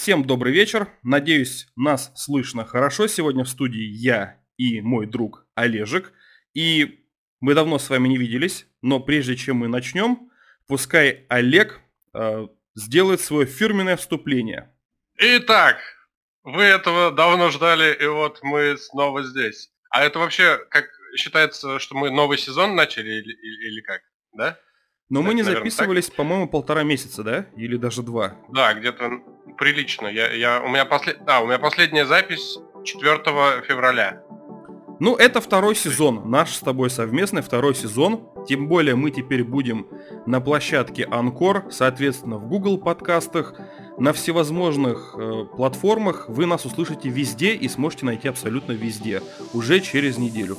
Всем добрый вечер. Надеюсь, нас слышно хорошо. Сегодня в студии я и мой друг Олежек. И мы давно с вами не виделись, но прежде чем мы начнем, пускай Олег сделает свое фирменное вступление. Итак, вы этого давно ждали, и вот мы снова здесь. А это вообще, как считается, что мы новый сезон начали или как, да? Но мы не Наверное, записывались, по-моему, 1,5 месяца, да? Или даже 2? Да, где-то прилично. У меня последняя запись 4 февраля. Ну, это второй сезон, наш с тобой совместный второй сезон. Тем более мы теперь будем на площадке Anchor, соответственно, в Google подкастах, на всевозможных платформах. Вы нас услышите везде и сможете найти абсолютно везде, уже через неделю.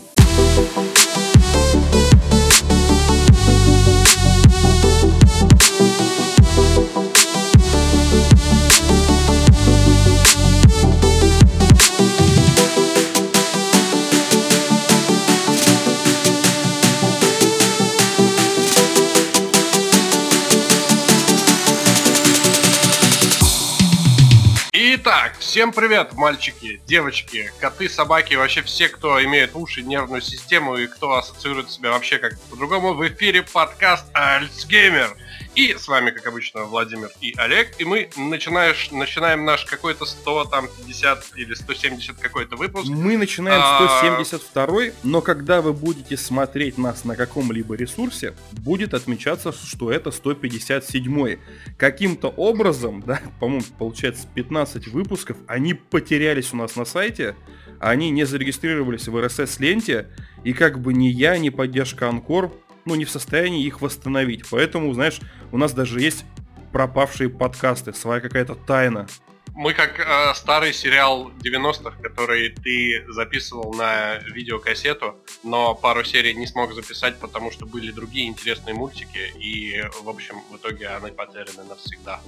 Итак, всем привет, мальчики, девочки, коты, собаки, вообще все, кто имеет уши, нервную систему и кто ассоциирует себя вообще как-то по-другому. В эфире подкаст Альцгеймер. И с вами, как обычно, Владимир и Олег. И мы начинаем наш какой-то 150 или 170 какой-то выпуск. Мы начинаем 172, но когда вы будете смотреть нас на каком-либо ресурсе, будет отмечаться, что это 157. Каким-то образом, да, по-моему, получается 15 выпусков, они потерялись у нас на сайте, они не зарегистрировались в RSS-ленте, и как бы ни я, ни поддержка Anchor, не в состоянии их восстановить. Поэтому, знаешь, у нас даже есть пропавшие подкасты, своя какая-то тайна. Мы как старый сериал 90-х, который ты записывал на видеокассету, но пару серий не смог записать, потому что были другие интересные мультики, и, в общем, в итоге они потеряны навсегда.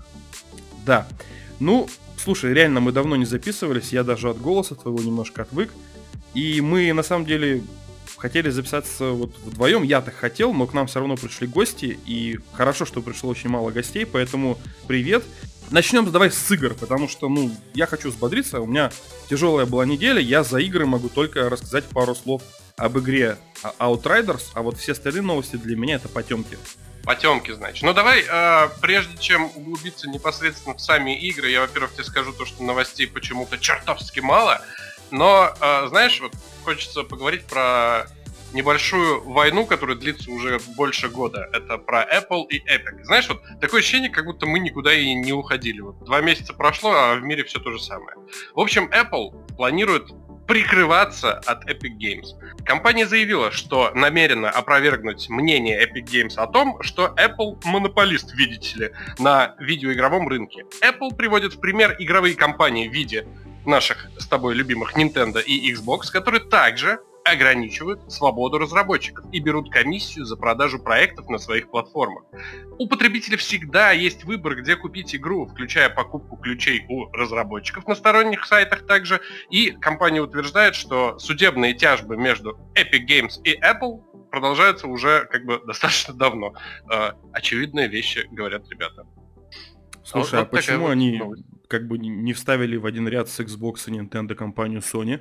Да. Ну, слушай, реально, мы давно не записывались, я даже от голоса твоего немножко отвык, и мы, на самом деле, хотели записаться вот вдвоем, я-то хотел, но к нам все равно пришли гости, и хорошо, что пришло очень мало гостей, поэтому привет. Начнем давай с игр, потому что, я хочу взбодриться, у меня тяжелая была неделя, я за игры могу только рассказать пару слов об игре Outriders, а вот все остальные новости для меня это потемки. Потемки, значит. Ну давай, прежде чем углубиться непосредственно в сами игры, я, во-первых, тебе скажу то, что новостей почему-то чертовски мало, но, знаешь, вот хочется поговорить про небольшую войну, которая длится уже больше года. Это про Apple и Epic. Знаешь, вот такое ощущение, как будто мы никуда и не уходили. Вот 2 месяца прошло, а в мире все то же самое. В общем, Apple планирует прикрываться от Epic Games. Компания заявила, что намерена опровергнуть мнение Epic Games о том, что Apple монополист, видите ли, на видеоигровом рынке. Apple приводит в пример игровые компании в виде наших с тобой любимых Nintendo и Xbox, которые также ограничивают свободу разработчиков и берут комиссию за продажу проектов на своих платформах. У потребителя всегда есть выбор, где купить игру, включая покупку ключей у разработчиков на сторонних сайтах также, и компания утверждает, что судебные тяжбы между Epic Games и Apple продолжаются уже достаточно давно. Очевидные вещи, говорят ребята. Слушай, а почему они не вставили в один ряд с Xbox и Nintendo компанию Sony?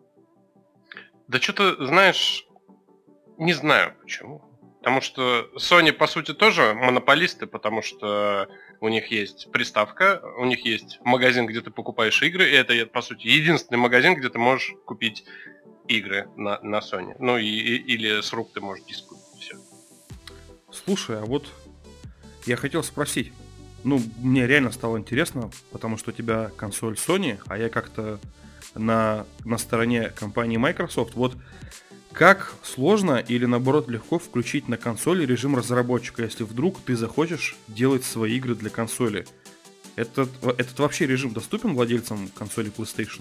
Да что-то, знаешь, не знаю почему. Потому что Sony, по сути, тоже монополисты, потому что у них есть приставка, у них есть магазин, где ты покупаешь игры, и это, по сути, единственный магазин, где ты можешь купить игры на Sony. Или с рук ты можешь диск купить, все. Слушай, а вот я хотел спросить. Мне реально стало интересно, потому что у тебя консоль Sony, а я как-то на стороне компании Microsoft. Вот как сложно или наоборот легко включить на консоли режим разработчика, если вдруг ты захочешь делать свои игры для консоли? Этот вообще режим доступен владельцам консоли PlayStation?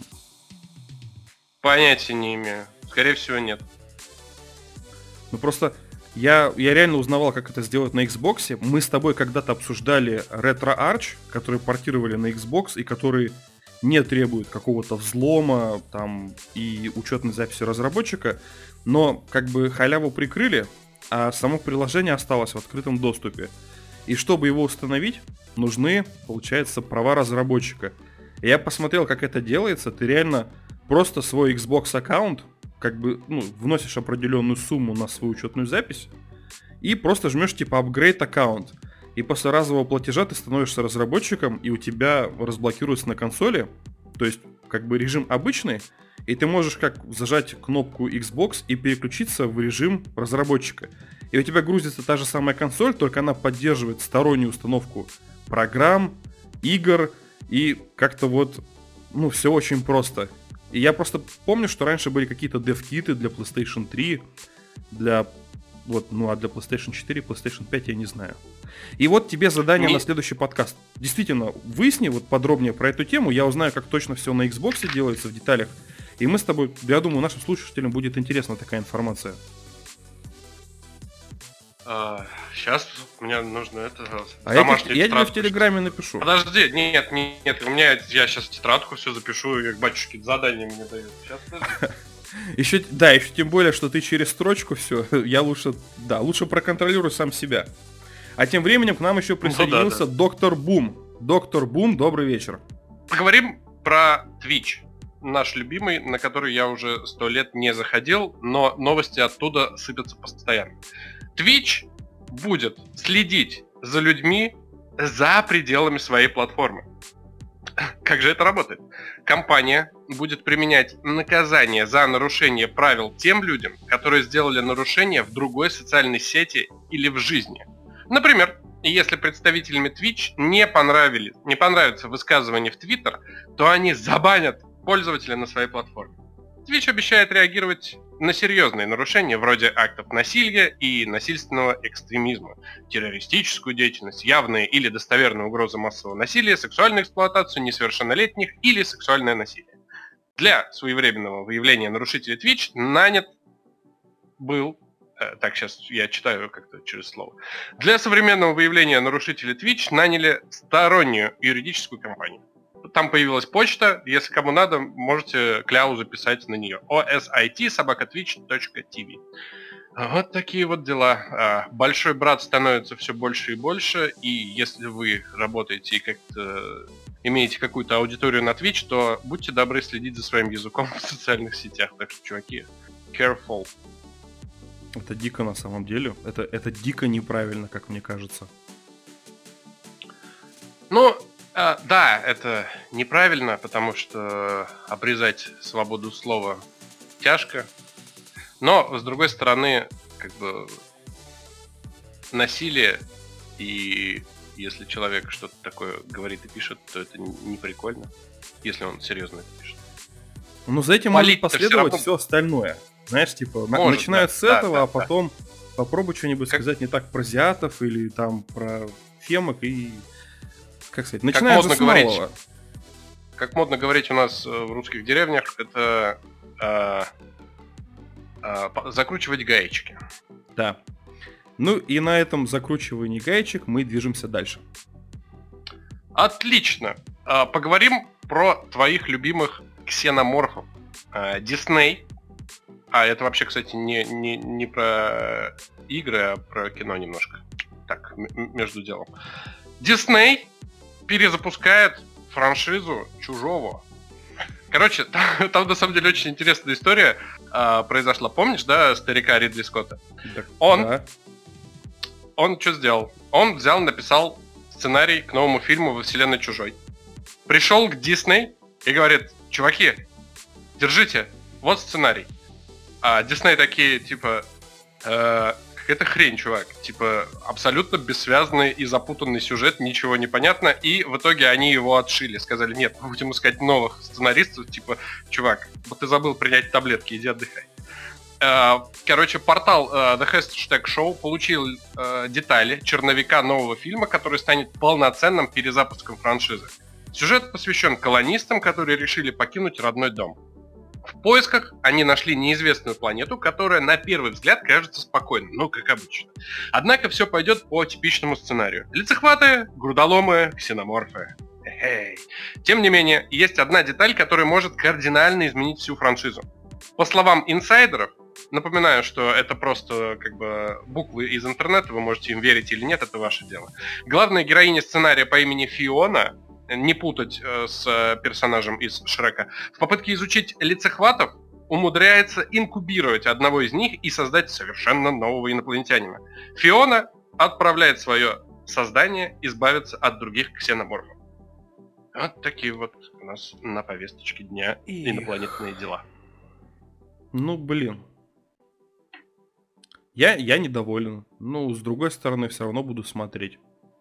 Понятия не имею. Скорее всего, нет. Просто я реально узнавал, как это сделать на Xbox. Мы с тобой когда-то обсуждали RetroArch, который портировали на Xbox и который не требует какого-то взлома там и учетной записи разработчика, но халяву прикрыли, а само приложение осталось в открытом доступе. И чтобы его установить, нужны, получается, права разработчика. И я посмотрел, как это делается. Ты реально просто свой Xbox аккаунт, как бы, вносишь определенную сумму на свою учетную запись и просто жмешь типа upgrade аккаунт. И после разового платежа ты становишься разработчиком, и у тебя разблокируется на консоли, то есть как бы режим обычный, и ты можешь как зажать кнопку Xbox и переключиться в режим разработчика. И у тебя грузится та же самая консоль, только она поддерживает стороннюю установку программ, игр, и как-то все очень просто. И я просто помню, что раньше были какие-то дев-киты для PlayStation 3, а для PlayStation 4, PlayStation 5 я не знаю. И вот тебе задание на следующий подкаст. Действительно, выясни подробнее про эту тему, я узнаю, как точно все на Xbox делается в деталях. И мы с тобой, я думаю, нашим слушателям будет интересна такая информация. Сейчас мне нужно это... А я тебе в Телеграме напишу. Подожди, нет, у меня я сейчас тетрадку все запишу, и как батюшки задания мне дают. Еще тем более, что ты через строчку все, я лучше проконтролирую сам себя. А тем временем к нам еще присоединился Доктор Бум. Доктор Бум, добрый вечер. Поговорим про Twitch. Наш любимый, на который я уже 100 лет не заходил, но новости оттуда сыпятся постоянно. Twitch будет следить за людьми за пределами своей платформы. Как же это работает? Компания будет применять наказание за нарушение правил тем людям, которые сделали нарушение в другой социальной сети или в жизни. Например, если представителями Twitch не понравится высказывание в Twitter, то они забанят пользователя на своей платформе. Twitch обещает реагировать на серьезные нарушения вроде актов насилия и насильственного экстремизма, террористическую деятельность, явные или достоверные угрозы массового насилия, сексуальную эксплуатацию несовершеннолетних или сексуальное насилие. Для своевременного выявления нарушителей Twitch сейчас я читаю как-то через слово. Для современного выявления нарушителей Twitch наняли стороннюю юридическую компанию. Там появилась почта, если кому надо, можете кляу записать на нее. osit@twitch.tv. Вот такие вот дела. Большой брат становится все больше и больше, и если вы работаете и как-то имеете какую-то аудиторию на Twitch, то будьте добры следить за своим языком в социальных сетях. Так что, чуваки, careful. Это дико на самом деле. Это дико неправильно, как мне кажется. Да, это неправильно, потому что обрезать свободу слова тяжко. Но, с другой стороны, насилие, и если человек что-то такое говорит и пишет, то это не прикольно, если он серьезно это пишет. За этим может последовать все остальное. Знаешь, начинают с этого, а потом попробуй что-нибудь сказать не так про азиатов или там про фемок и... Как сказать, начинаем с малого. Как модно говорить у нас в русских деревнях, это закручивать гаечки. Да. И на этом закручивании гаечек мы движемся дальше. Отлично. Поговорим про твоих любимых ксеноморфов. Disney. Это вообще, кстати, не про игры, а про кино немножко. Так, между делом. Disney перезапускает франшизу Чужого. Короче, там на самом деле очень интересная история произошла. Помнишь, да, старика Ридли Скотта? Он что сделал? Он написал сценарий к новому фильму во вселенной Чужой. Пришел к Дисней и говорит: чуваки, держите, вот сценарий. А Дисней такие, какая-то хрень, чувак. Абсолютно бессвязный и запутанный сюжет, ничего не понятно. И в итоге они его отшили. Сказали: нет, мы будем искать новых сценаристов. Чувак, ты забыл принять таблетки, иди отдыхай. Портал The Hashtag Show получил детали черновика нового фильма, который станет полноценным перезапуском франшизы. Сюжет посвящен колонистам, которые решили покинуть родной дом. В поисках они нашли неизвестную планету, которая на первый взгляд кажется спокойной, как обычно. Однако все пойдет по типичному сценарию. Лицехваты, грудоломы, ксеноморфы. Тем не менее, есть одна деталь, которая может кардинально изменить всю франшизу. По словам инсайдеров, Напоминаю, что это просто как бы буквы из интернета, вы можете им верить или нет, это ваше дело. Главная героиня сценария по имени Фиона, не путать с персонажем из Шрека, в попытке изучить лицехватов умудряется инкубировать одного из них и создать совершенно нового инопланетянина. Фиона отправляет свое создание избавиться от других ксеноморфов. Вот такие вот у нас на повесточке дня инопланетные дела. Ну, блин. Я недоволен. Ну, с другой стороны, все равно буду смотреть.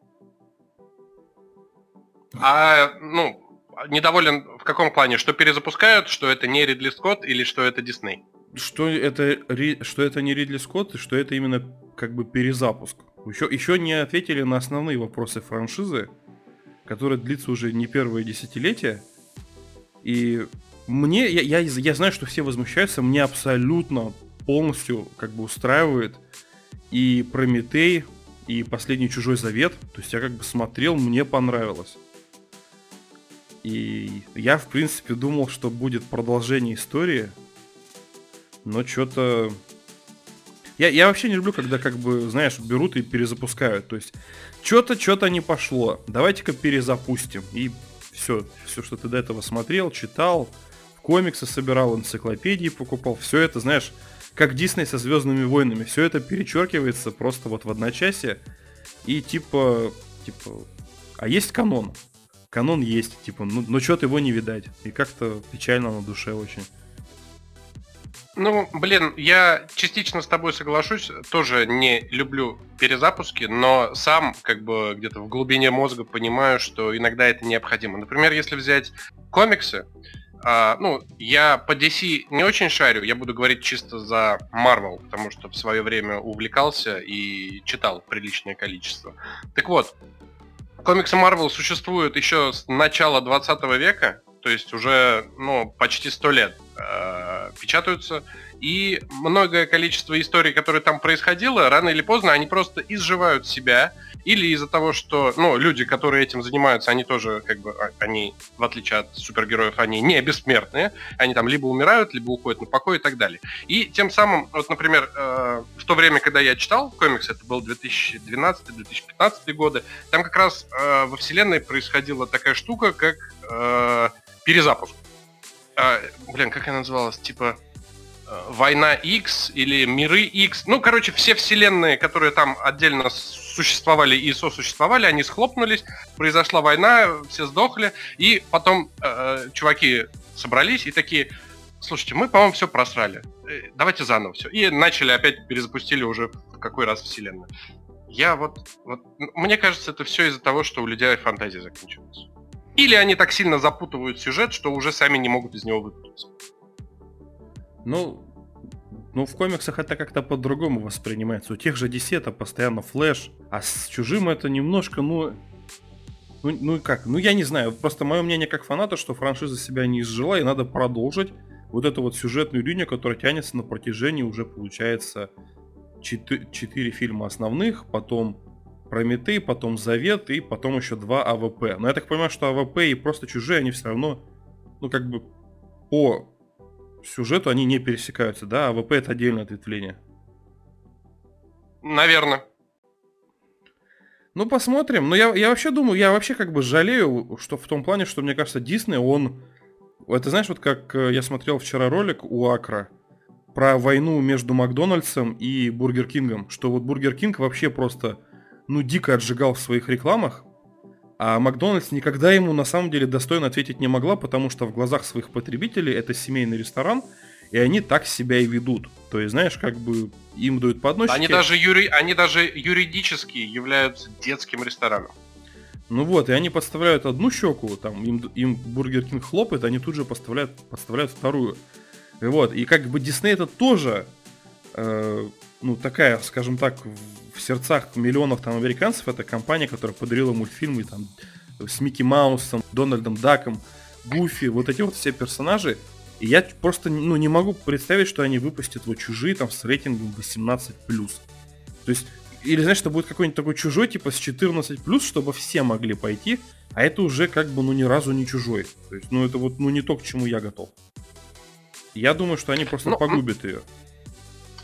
Недоволен в каком плане? Что перезапускают, что это не Ридли Скотт или что это Дисней? Что это не Ридли Скотт, и что это именно как бы перезапуск. Еще не ответили на основные вопросы франшизы, которая длится уже не первое десятилетие. И я знаю, что все возмущаются, мне абсолютно полностью как бы устраивает и Прометей, и Последний Чужой Завет. То есть я как бы смотрел, мне понравилось. И я, в принципе, думал, что будет продолжение истории, но что-то... Я вообще не люблю, когда, как бы, знаешь, берут и перезапускают. То есть, что-то не пошло. Давайте-ка перезапустим. И все, что ты до этого смотрел, читал, в комиксы собирал, энциклопедии покупал. Все это, знаешь, как Дисней со Звездными войнами. Все это перечеркивается просто вот в одночасье. И типа, а есть канон? Канон есть, типа, но что-то его не видать. И как-то печально на душе очень. Ну, блин, я частично с тобой соглашусь, тоже не люблю перезапуски, но сам как бы где-то в глубине мозга понимаю, что иногда это необходимо. Например, если взять комиксы, я по DC не очень шарю, я буду говорить чисто за Marvel, потому что в свое время увлекался и читал приличное количество. Так вот, комиксы Marvel существуют еще с начала 20 века, то есть уже почти 100 лет печатаются, и многое количество историй, которые там происходило, рано или поздно они просто изживают себя, или из-за того, что люди, которые этим занимаются, они тоже, как бы, они, в отличие от супергероев, они не бессмертные, они там либо умирают, либо уходят на покой и так далее. И тем самым, вот, например, в то время, когда я читал комиксы, это был 2012-2015 годы, там как раз во вселенной происходила такая штука, как перезапуск. Как она называлась? Типа Война X или Миры X. Все вселенные, которые там отдельно существовали и сосуществовали, они схлопнулись, произошла война, все сдохли, и потом чуваки собрались и такие: слушайте, мы, по-моему, все просрали. Давайте заново все. И начали опять, перезапустили уже в какой раз вселенную. Мне кажется, это все из-за того, что у людей фантазия заканчивается. Или они так сильно запутывают сюжет, что уже сами не могут из него выпутаться. В комиксах это как-то по-другому воспринимается. У тех же DC это постоянно флэш, а с Чужим это немножко, я не знаю. Просто мое мнение как фаната, что франшиза себя не изжила, и надо продолжить вот эту вот сюжетную линию, которая тянется на протяжении уже, получается, 4 фильма основных, потом Прометей, потом Завет и потом еще 2 АВП. Но я так понимаю, что АВП и просто Чужие, они все равно, по сюжету они не пересекаются, да? АВП это отдельное ответвление. Наверное. Посмотрим. Но я вообще думаю, я вообще как бы жалею, что в том плане, что мне кажется, Дисней, это знаешь, вот как я смотрел вчера ролик у Акра про войну между Макдональдсом и Бургер Кингом, что вот Бургер Кинг вообще просто дико отжигал в своих рекламах, а Макдональдс никогда ему на самом деле достойно ответить не могла, потому что в глазах своих потребителей это семейный ресторан, и они так себя и ведут. То есть, знаешь, как бы им дают подносики. Они даже юридически являются детским рестораном. И они подставляют одну щеку, там им Бургер Кинг хлопает, они тут же подставляют вторую. И как бы Дисней это тоже такая, скажем так, в сердцах миллионов там американцев, это компания, которая подарила мультфильмы там с Микки Маусом, Дональдом Даком, Гуфи, вот эти вот все персонажи. И я просто не могу представить, что они выпустят Чужие там с рейтингом 18+. То есть, или знаешь, что будет какой-нибудь такой Чужой типа с 14+, чтобы все могли пойти, а это уже как бы ни разу не Чужой. То есть, это не то, к чему я готов. Я думаю, что они просто погубят ее.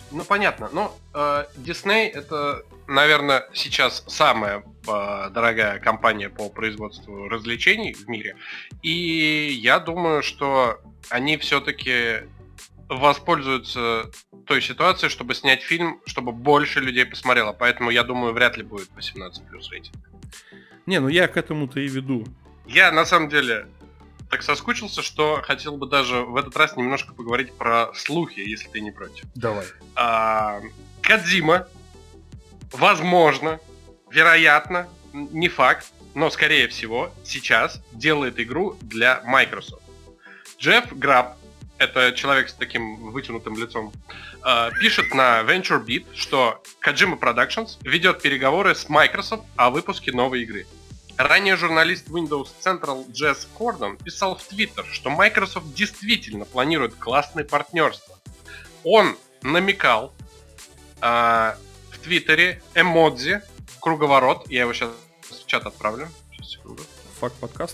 Ну, понятно. Но Disney это, наверное, сейчас самая дорогая компания по производству развлечений в мире. И я думаю, что они все-таки воспользуются той ситуацией, чтобы снять фильм, чтобы больше людей посмотрело. Поэтому, я думаю, вряд ли будет 18+ рейтинг. Не, ну я к этому-то и веду. Я, на самом деле, так соскучился, что хотел бы даже в этот раз немножко поговорить про слухи, если ты не против. Давай. Кодзима, возможно, вероятно, не факт, но скорее всего сейчас делает игру для Microsoft. Джефф Граб, это человек с таким вытянутым лицом, пишет на VentureBeat, что Kojima Productions ведет переговоры с Microsoft о выпуске новой игры. Ранее журналист Windows Central Джесс Кордон писал в Twitter, что Microsoft действительно планирует классное партнерство. Он намекал в Твиттере эмодзи, круговорот, я его сейчас в чат отправлю. Сейчас, секунду. Факт подкаст?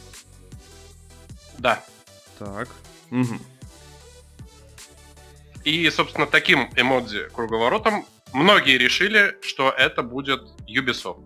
Да. Так. Угу. И, собственно, таким эмодзи круговоротом многие решили, что это будет Ubisoft.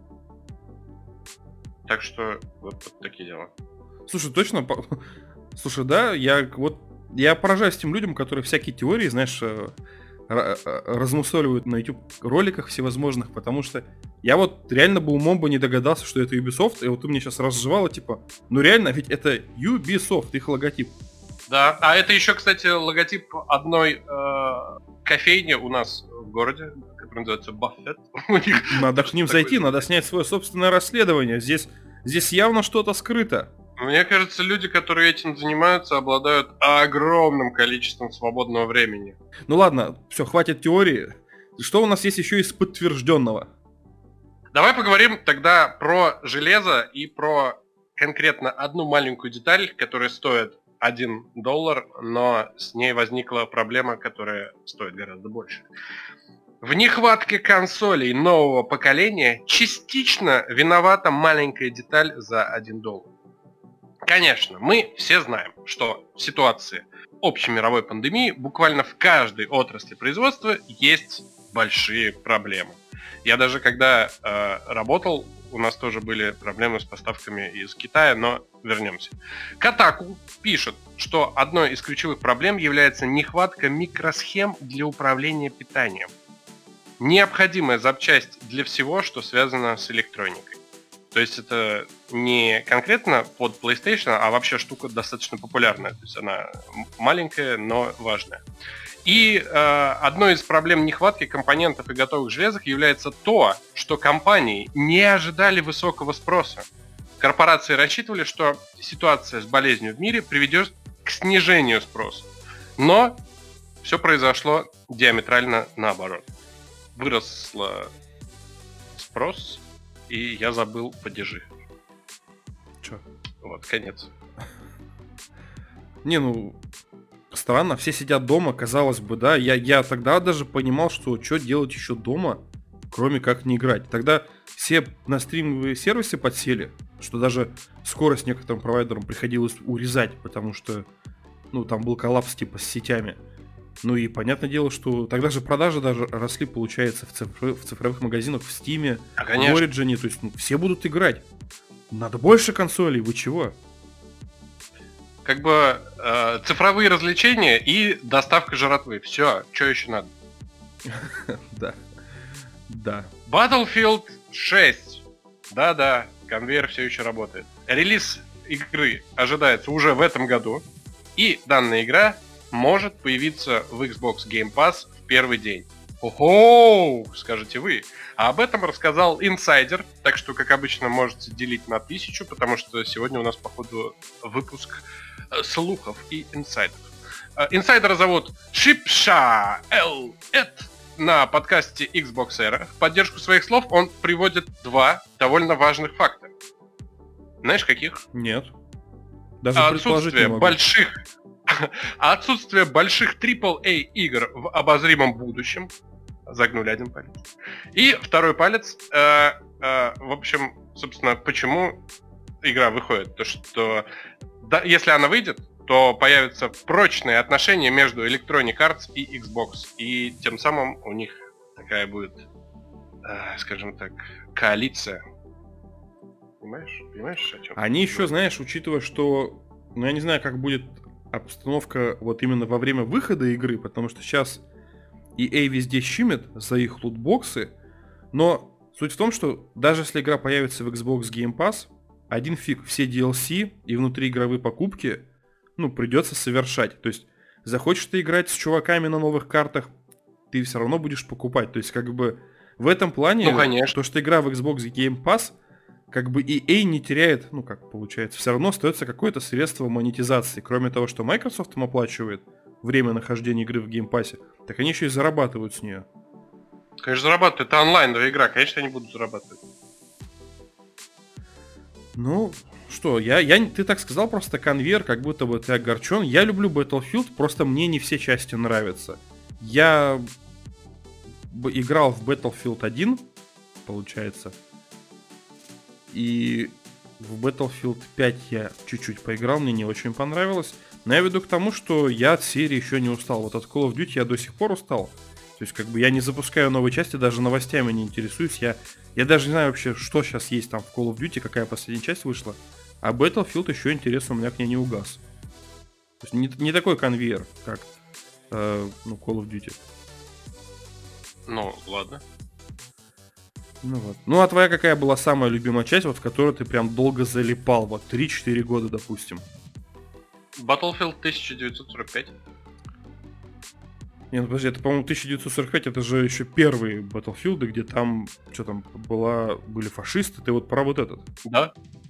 Так что вот такие дела. Слушай, точно? Слушай, да, я поражаюсь тем людям, которые всякие теории, знаешь, размусоливают на YouTube роликах всевозможных, потому что я вот реально бы умом бы не догадался, что это Ubisoft, и вот ты мне сейчас разжевала, типа, ну реально, ведь это Ubisoft, их логотип. Да, а это еще, кстати, логотип одной кофейни у нас в городе, которая называется Buffett. Надо к ним зайти, надо снять свое собственное расследование. Здесь явно что-то скрыто. Мне кажется, люди, которые этим занимаются, обладают огромным количеством свободного времени. Ну ладно, все, хватит теории. Что у нас есть еще из подтвержденного? Давай поговорим тогда про железо и про конкретно одну маленькую деталь, которая стоит $1, но с ней возникла проблема, которая стоит гораздо больше. В нехватке консолей нового поколения частично виновата маленькая деталь за $1. Конечно, мы все знаем, что в ситуации общей мировой пандемии буквально в каждой отрасли производства есть большие проблемы. Я даже когда работал, у нас тоже были проблемы с поставками из Китая, но вернемся. Kotaku пишет, что одной из ключевых проблем является нехватка микросхем для управления питанием. Необходимая запчасть для всего, что связано с электроникой. То есть это не конкретно под PlayStation, а вообще штука достаточно популярная. То есть она маленькая, но важная. И одной из проблем нехватки компонентов и готовых железок является то, что компании не ожидали высокого спроса. Корпорации рассчитывали, что ситуация с болезнью в мире приведет к снижению спроса. Но все произошло диаметрально наоборот. Вырос спрос, и я забыл падежи. Чё? Вот, конец. Не, ну, странно, все сидят дома, казалось бы, да. Я тогда даже понимал, что делать еще дома, кроме как не играть. Тогда все на стримовые сервисы подсели, что даже скорость некоторым провайдерам приходилось урезать, потому что, ну, там был коллапс типа с сетями. Ну и понятное дело, что тогда же продажи даже росли, получается, в цифровых магазинах, в Steam, в Origin, то есть все будут играть. Надо больше консолей, вы чего? Как бы цифровые развлечения и доставка жратвы. Все, что еще надо? Да. Battlefield 6. Да-да, конвейер все еще работает. Релиз игры ожидается уже в этом году. И данная игра может появиться в Xbox Game Pass в первый день. Ого, скажете вы. А об этом рассказал инсайдер, так что, как обычно, можете делить на 1000, потому что сегодня у нас, походу, выпуск слухов и инсайдеров. Инсайдера зовут Шипша Эл Эд. На подкасте Xbox Era в поддержку своих слов он приводит два довольно важных факта. Знаешь, каких? Нет. Даже предположить не могу. Отсутствие больших AAA игр в обозримом будущем. Загнули один палец. И второй палец. В общем, собственно, почему игра выходит. То, что если она выйдет, то появятся прочные отношения между Electronic Arts и Xbox. И тем самым у них такая будет, скажем так, коалиция. Понимаешь, о чем? Они еще, знаешь, учитывая, что, ну, я не знаю, как будет обстановка вот именно во время выхода игры, потому что сейчас EA везде щимит за их лутбоксы, но суть в том, что даже если игра появится в Xbox Game Pass, один фиг, все DLC и внутриигровые покупки, ну, придется совершать. То есть, захочешь ты играть с чуваками на новых картах, ты все равно будешь покупать. То есть, как бы, в этом плане, ну, конечно, то, что игра в Xbox Game Pass, как бы EA не теряет, ну, как получается, все равно остается какое-то средство монетизации. Кроме того, что Microsoft им оплачивает время нахождения игры в Game Pass, так они еще и зарабатывают с нее. Конечно, зарабатывают. Это онлайновая игра, конечно, они будут зарабатывать. Ну, что, ты так сказал, просто конвейер, как будто бы ты огорчен. Я люблю Battlefield, просто мне не все части нравятся. Я играл в Battlefield 1, получается, и в Battlefield 5 я чуть-чуть поиграл, мне не очень понравилось. Но я веду к тому, что я от серии еще не устал. Вот от Call of Duty я до сих пор устал. То есть, как бы, я не запускаю новые части, даже новостями не интересуюсь. Я даже не знаю вообще, что сейчас есть там в Call of Duty, какая последняя часть вышла. А Battlefield еще интерес у меня к ней не угас. То есть, не такой конвейер, как Call of Duty. Ну, ладно. Ну вот. Ну, а твоя какая была самая любимая часть, вот в которую ты прям долго залипал? Вот 3-4 года, допустим. Battlefield 1945. Не, ну подожди, это, по-моему, 1945, это же еще первые Battlefield, где там, что там, были фашисты, ты вот про вот этот? Да.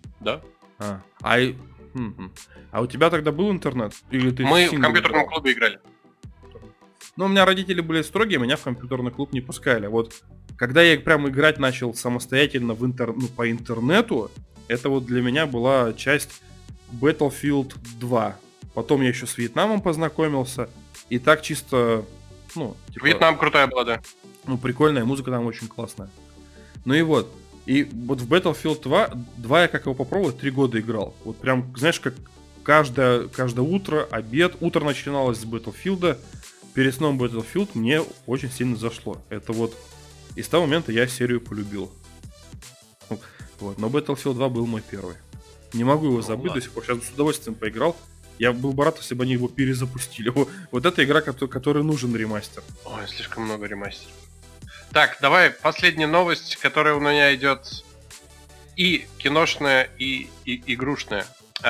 А у тебя тогда был интернет? Или ты Мы в компьютерном клубе играли. Ну, у меня родители были строгие, меня в компьютерный клуб не пускали. Вот, когда я прям играть начал самостоятельно по интернету, это вот для меня была часть Battlefield 2. Потом я еще с Вьетнамом познакомился. И так чисто, ну, типа... Вьетнам крутая была, да. Ну, прикольная, музыка там очень классная. Ну и вот в Battlefield 2 я как его попробовал, 3 года играл. Вот прям, знаешь, как каждое утро, обед, утро начиналось с Battlefield, перед сном Battlefield мне очень сильно зашло. Это вот, и с того момента я серию полюбил. Вот, но Battlefield 2 был мой первый. Не могу его забыть до сих пор, сейчас с удовольствием поиграл. Я был бы рад, если бы они его перезапустили. Вот эта игра, которой нужен ремастер. Ой, слишком много ремастеров. Так, давай последняя новость, которая у меня идет и киношная, и игрушная.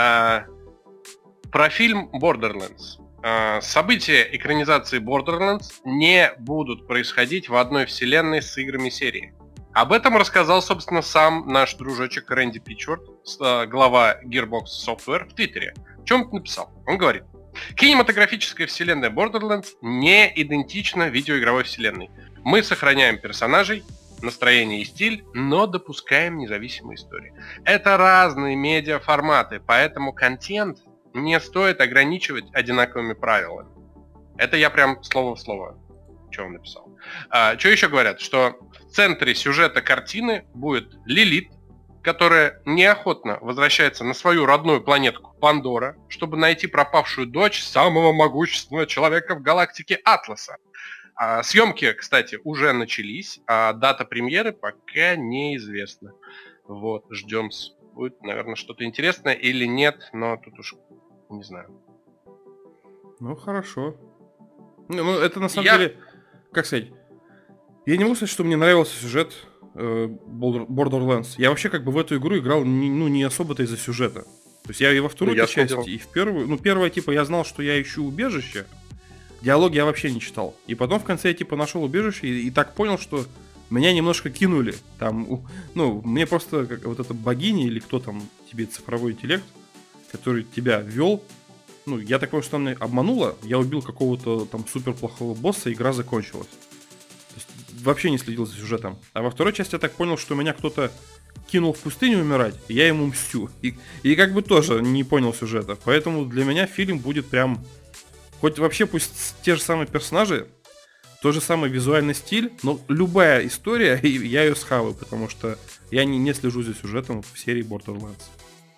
Про фильм Borderlands. События экранизации Borderlands не будут происходить в одной вселенной с играми серии. Об этом рассказал, собственно, сам наш дружочек Рэнди Пичфорд, глава Gearbox Software, в Твиттере. В чем он написал? Он говорит: кинематографическая вселенная Borderlands не идентична видеоигровой вселенной. Мы сохраняем персонажей, настроение и стиль, но допускаем независимые истории. Это разные медиаформаты, поэтому контент не стоит ограничивать одинаковыми правилами. Это я прям слово в слово, что он написал. Что еще говорят? Что в центре сюжета картины будет Лилит, которая неохотно возвращается на свою родную планетку Пандора, чтобы найти пропавшую дочь самого могущественного человека в галактике Атласа. Съемки, кстати, уже начались, а дата премьеры пока неизвестна. Вот, ждем. Будет, наверное, что-то интересное или нет, но тут уж не знаю. Ну, хорошо. Ну, это на самом деле, как сказать, я не могу сказать, что мне нравился сюжет Borderlands. Я вообще как бы в эту игру играл не особо-то из-за сюжета. То есть я и во второй части, и в первую. Ну, первая, типа, я знал, что я ищу убежище. Диалоги я вообще не читал. И потом в конце я, типа, нашел убежище и так понял, что меня немножко кинули. Там, ну, мне просто как, вот эта богиня или кто там тебе цифровой интеллект, который тебя вел. Ну, я так понял, что она меня обманула. Я убил какого-то там супер плохого босса, и игра закончилась. То есть, вообще не следил за сюжетом. А во второй части я так понял, что меня кто-то кинул в пустыню умирать, и я ему мстю. И как бы тоже не понял сюжета. Поэтому для меня фильм будет прям... Хоть вообще пусть те же самые персонажи, тот же самый визуальный стиль, но любая история, я ее схаваю, потому что я не слежу за сюжетом в серии Borderlands.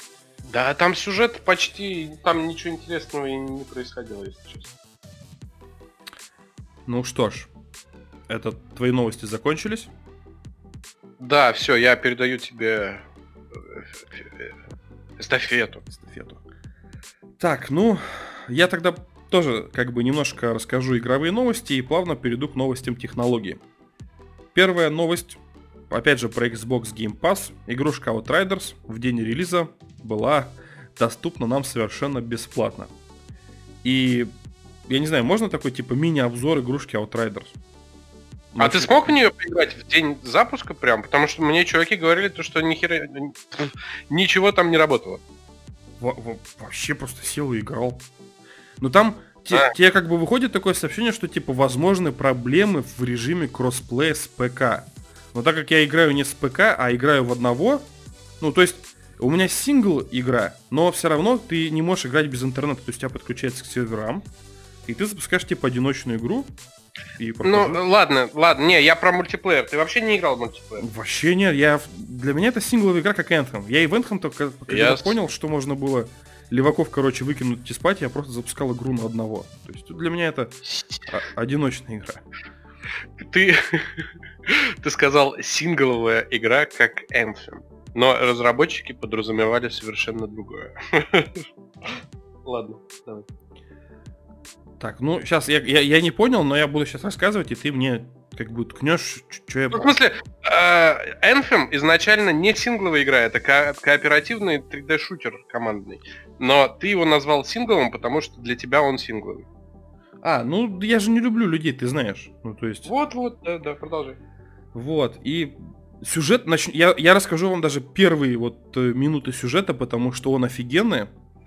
Да, там сюжет почти... Там ничего интересного и не происходило, если честно. Ну что ж, это твои новости закончились? Да, все, я передаю тебе эстафету. Так, ну, я тогда тоже как бы немножко расскажу игровые новости и плавно перейду к новостям технологий. Первая новость, опять же про Xbox Game Pass. Игрушка Outriders в день релиза была доступна нам совершенно бесплатно. И, я не знаю, можно такой типа мини-обзор игрушки Outriders? А ты смог в нее поиграть в день запуска прям? Потому что мне чуваки говорили, что нихера... ничего там не работало. Вообще просто сел и играл. Но там тебе как бы выходит такое сообщение, что типа возможны проблемы в режиме кроссплея с ПК. Но так как я играю не с ПК, а играю в одного, ну то есть у меня сингл игра, но все равно ты не можешь играть без интернета, то есть у тебя подключается к серверам, и ты запускаешь типа одиночную игру. Ну, ладно, не, я про мультиплеер. Ты вообще не играл в мультиплеер? Вообще нет, для меня это сингловая игра, как Anthem. Я и в Anthem только когда понял, что можно было леваков, короче, выкинуть и спать, я просто запускал игру на одного. То есть для меня это одиночная игра. Ты сказал сингловая игра, как Anthem. Но разработчики подразумевали совершенно другое. Ладно, давай. Так, ну, сейчас, я не понял, но я буду сейчас рассказывать, и ты мне как бы ткнешь, что я... Ну, в смысле, Anthem изначально не сингловая игра, это кооперативный 3D-шутер командный. Но ты его назвал сингловым, потому что для тебя он сингловый. Ну, я же не люблю людей, ты знаешь. Ну, то есть... Вот, да, продолжай. Вот, и сюжет... Я расскажу вам даже первые вот минуты сюжета, потому что он офигенный.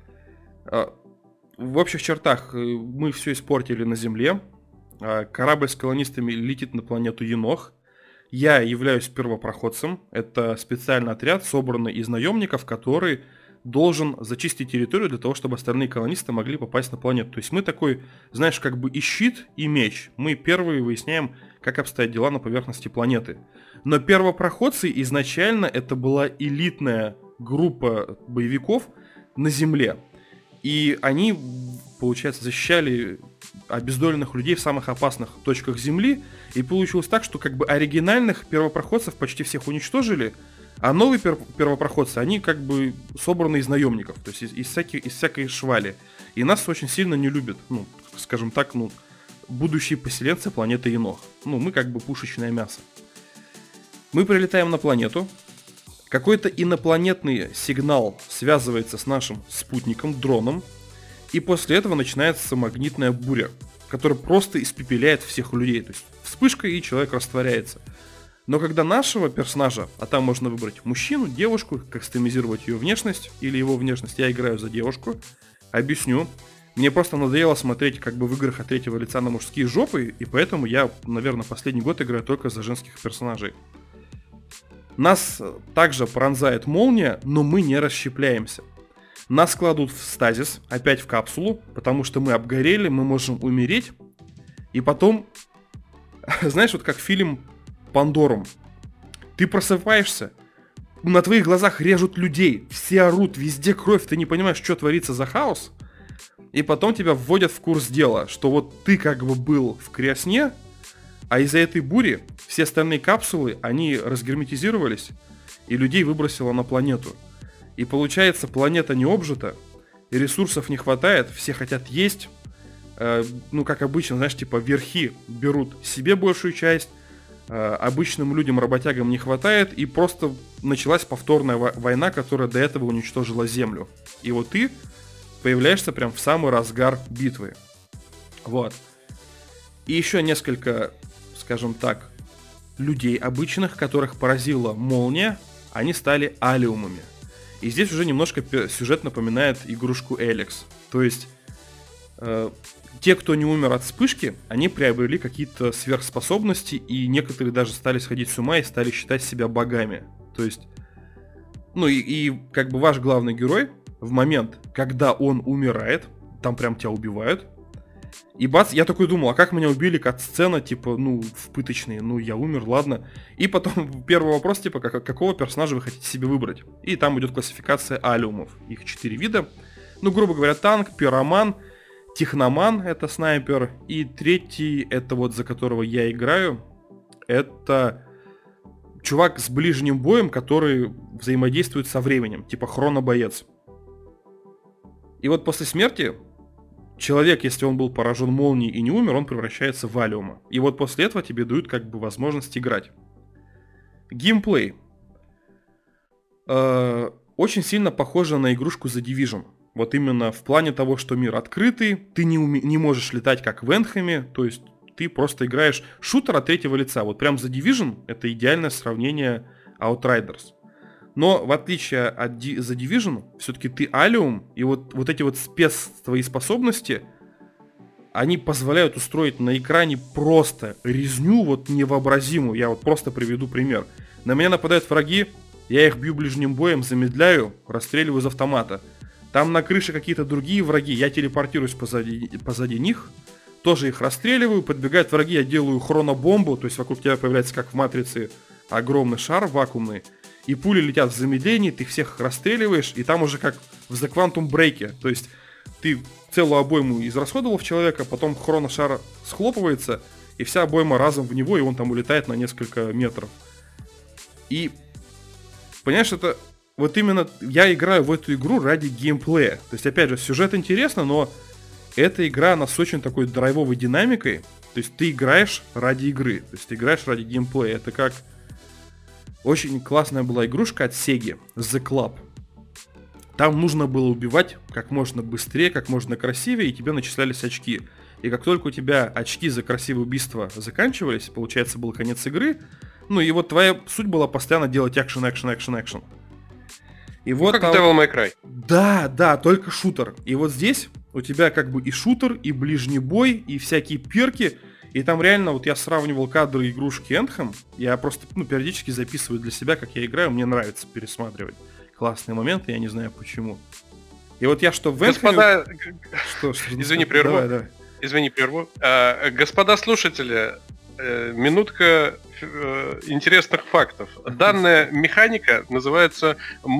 В общих чертах мы все испортили на Земле. Корабль с колонистами летит на планету Енох. Я являюсь первопроходцем. Это специальный отряд, собранный из наемников, который должен зачистить территорию для того, чтобы остальные колонисты могли попасть на планету. То есть мы такой, знаешь, как бы и щит, и меч. Мы первые выясняем, как обстоят дела на поверхности планеты. Но первопроходцы изначально это была элитная группа боевиков на Земле. И они, получается, защищали обездоленных людей в самых опасных точках Земли. И получилось так, что как бы оригинальных первопроходцев почти всех уничтожили, а новые первопроходцы, они как бы собраны из наемников, то есть из всякой швали. И нас очень сильно не любят, ну, скажем так, ну, будущие поселенцы планеты Енох. Ну, мы как бы пушечное мясо. Мы прилетаем на планету. Какой-то инопланетный сигнал связывается с нашим спутником, дроном, и после этого начинается магнитная буря, которая просто испепеляет всех людей. То есть вспышка, и человек растворяется. Но когда нашего персонажа, а там можно выбрать мужчину, девушку, кастомизировать ее внешность или его внешность, я играю за девушку, объясню. Мне просто надоело смотреть как бы в играх от третьего лица на мужские жопы, и поэтому я, наверное, последний год играю только за женских персонажей. Нас также пронзает молния, но мы не расщепляемся. Нас кладут в стазис, опять в капсулу, потому что мы обгорели, мы можем умереть. И потом, знаешь, вот как фильм «Пандорум». Ты просыпаешься, на твоих глазах режут людей, все орут, везде кровь, ты не понимаешь, что творится за хаос. И потом тебя вводят в курс дела, что вот ты как бы был в криосне, а из-за этой бури все остальные капсулы, они разгерметизировались, и людей выбросило на планету. И получается, планета не обжита, и ресурсов не хватает, все хотят есть. Ну, как обычно, знаешь, типа верхи берут себе большую часть, обычным людям, работягам не хватает, и просто началась повторная война, которая до этого уничтожила Землю. И вот ты появляешься прям в самый разгар битвы. Вот. И еще несколько, скажем так, людей обычных, которых поразила молния, они стали алиумами. И здесь уже немножко сюжет напоминает игрушку Эликс. То есть те, кто не умер от вспышки, они приобрели какие-то сверхспособности, и некоторые даже стали сходить с ума и стали считать себя богами. То есть, ну и как бы ваш главный герой в момент, когда он умирает, там прям тебя убивают, И бац, я такой думал, а как меня убили, кат-сцена, типа, ну, в пыточные, ну, я умер, ладно. И потом первый вопрос, типа, какого персонажа вы хотите себе выбрать? И там идет классификация алиумов, их 4 вида. Ну, грубо говоря, танк, пироман, техноман, это снайпер, и третий, это вот за которого я играю, это чувак с ближним боем, который взаимодействует со временем, типа хронобоец. И вот после смерти человек, если он был поражен молнией и не умер, он превращается в алиума. И вот после этого тебе дают как бы возможность играть. Геймплей. Очень сильно похоже на игрушку The Division. Вот именно в плане того, что мир открытый, ты не можешь летать как в Энхеме, то есть ты просто играешь шутер от третьего лица. Вот прям The Division — это идеальное сравнение Outriders. Но в отличие от The Division, все-таки ты алиум, и вот эти вот твои способности, они позволяют устроить на экране просто резню вот невообразимую. Я вот просто приведу пример. На меня нападают враги, я их бью ближним боем, замедляю, расстреливаю из автомата. Там на крыше какие-то другие враги, я телепортируюсь позади них, тоже их расстреливаю, подбегают враги, я делаю хронобомбу, то есть вокруг тебя появляется, как в Матрице, огромный шар вакуумный, и пули летят в замедлении, ты всех расстреливаешь, и там уже как в The Quantum Break, то есть ты целую обойму израсходовал в человека, потом хроношар схлопывается, и вся обойма разом в него, и он там улетает на несколько метров. И, понимаешь, это вот именно я играю в эту игру ради геймплея. То есть, опять же, сюжет интересно, но эта игра, она с очень такой драйвовой динамикой. То есть ты играешь ради игры, то есть ты играешь ради геймплея. Это как очень классная была игрушка от Sega, The Club. Там нужно было убивать как можно быстрее, как можно красивее, и тебе начислялись очки. И как только у тебя очки за красивое убийство заканчивались, получается, был конец игры, ну и вот твоя суть была постоянно делать экшен. И вот как там... Devil May Cry. Да, только шутер. И вот здесь у тебя как бы и шутер, и ближний бой, и всякие перки. И там реально, вот я сравнивал кадры игрушки Anthem. Я просто, периодически записываю для себя, как я играю. Мне нравится пересматривать классные моменты, я не знаю почему. И вот я что в Anthem... Господа... Что? Извини, прерву. Давай. Извини, прерву. Господа слушатели, минутка интересных фактов. Данная механика называется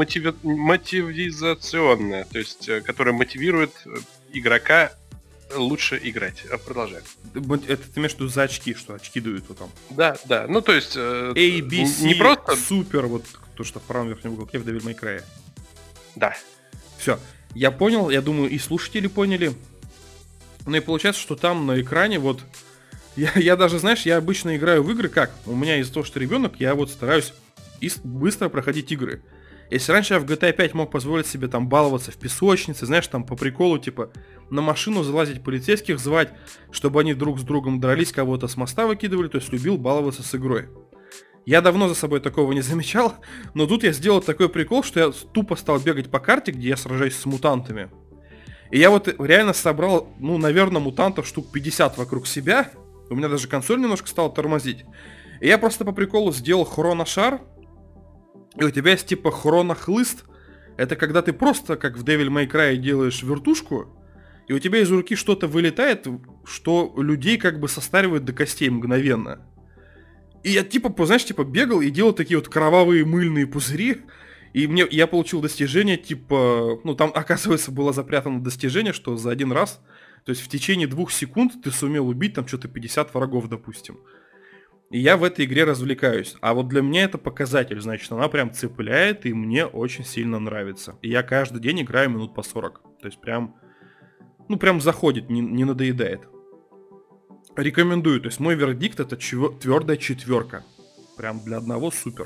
мотивизационная, то есть, которая мотивирует игрока лучше играть. Продолжай. Это ты имеешь в виду за очки, что очки дают вот там? Да. Ну, то есть... A, B, C, не просто... супер, вот то, что в правом верхнем уголке в Devil May Cry. Да. Все. Я понял, я думаю, и слушатели поняли. Ну и получается, что там на экране вот... Я даже, знаешь, я обычно играю в игры как? У меня из-за того, что ребенок, я вот стараюсь быстро проходить игры. Если раньше я в GTA 5 мог позволить себе там баловаться в песочнице, знаешь, там по приколу, типа, на машину залазить, полицейских звать, чтобы они друг с другом дрались, кого-то с моста выкидывали, то есть любил баловаться с игрой. Я давно за собой такого не замечал, но тут я сделал такой прикол, что я тупо стал бегать по карте, где я сражаюсь с мутантами. И я вот реально собрал, наверное, мутантов штук 50 вокруг себя. У меня даже консоль немножко стала тормозить. И я просто по приколу сделал хроношар. И у тебя есть типа хронохлыст. Это когда ты просто, как в Devil May Cry, делаешь вертушку. И у тебя из руки что-то вылетает, что людей как бы состаривает до костей мгновенно. И я знаешь, бегал и делал такие вот кровавые мыльные пузыри. И я получил достижение, там, оказывается, было запрятано достижение, что за один раз, то есть в течение 2 секунд ты сумел убить там что-то 50 врагов, допустим. И я в этой игре развлекаюсь. А вот для меня это показатель, значит, она прям цепляет, и мне очень сильно нравится. И я каждый день играю минут по 40. То есть прям заходит, не надоедает. Рекомендую, то есть мой вердикт — это твердая 4. Прям для одного супер.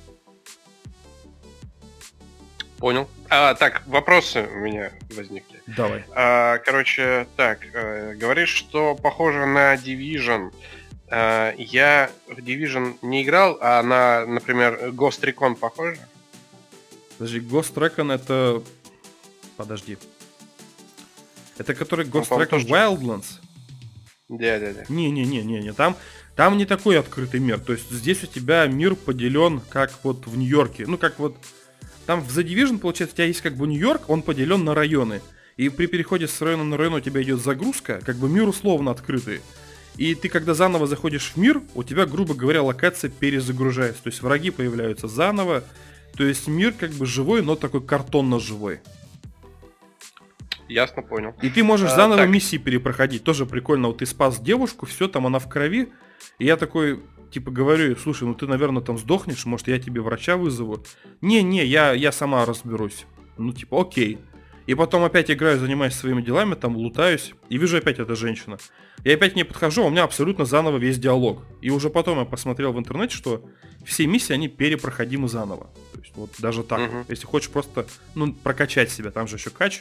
Понял. Так, вопросы у меня возникли. Давай. Говоришь, что похоже на Division. Я в Division не играл, а на, например, Ghost Recon похоже? Подожди, Ghost Recon это... Подожди. Это который Ghost Recon Wildlands? Да. Не. Там не такой открытый мир. То есть здесь у тебя мир поделен как вот в Нью-Йорке. Там в The Division, получается, у тебя есть как бы Нью-Йорк, он поделен на районы. и при переходе с района на район у тебя идет загрузка, как бы мир условно открытый. И ты, когда заново заходишь в мир, у тебя, грубо говоря, локация перезагружается. То есть враги появляются заново. То есть мир как бы живой, но такой картонно-живой. Ясно, понял. И ты можешь заново миссии перепроходить. Тоже прикольно. Вот ты спас девушку, все, там она в крови. И я такой, типа, говорю: слушай, ну ты, наверное, там сдохнешь, может, я тебе врача вызову. Не, я сама разберусь. Ну, типа, окей. И потом опять играю, занимаюсь своими делами, там лутаюсь, и вижу опять эта женщина. Я опять к ней подхожу, а у меня абсолютно заново весь диалог. И уже потом я посмотрел в интернете, что все миссии, они перепроходимы заново. То есть вот даже так. Если хочешь просто, прокачать себя, там же еще кач.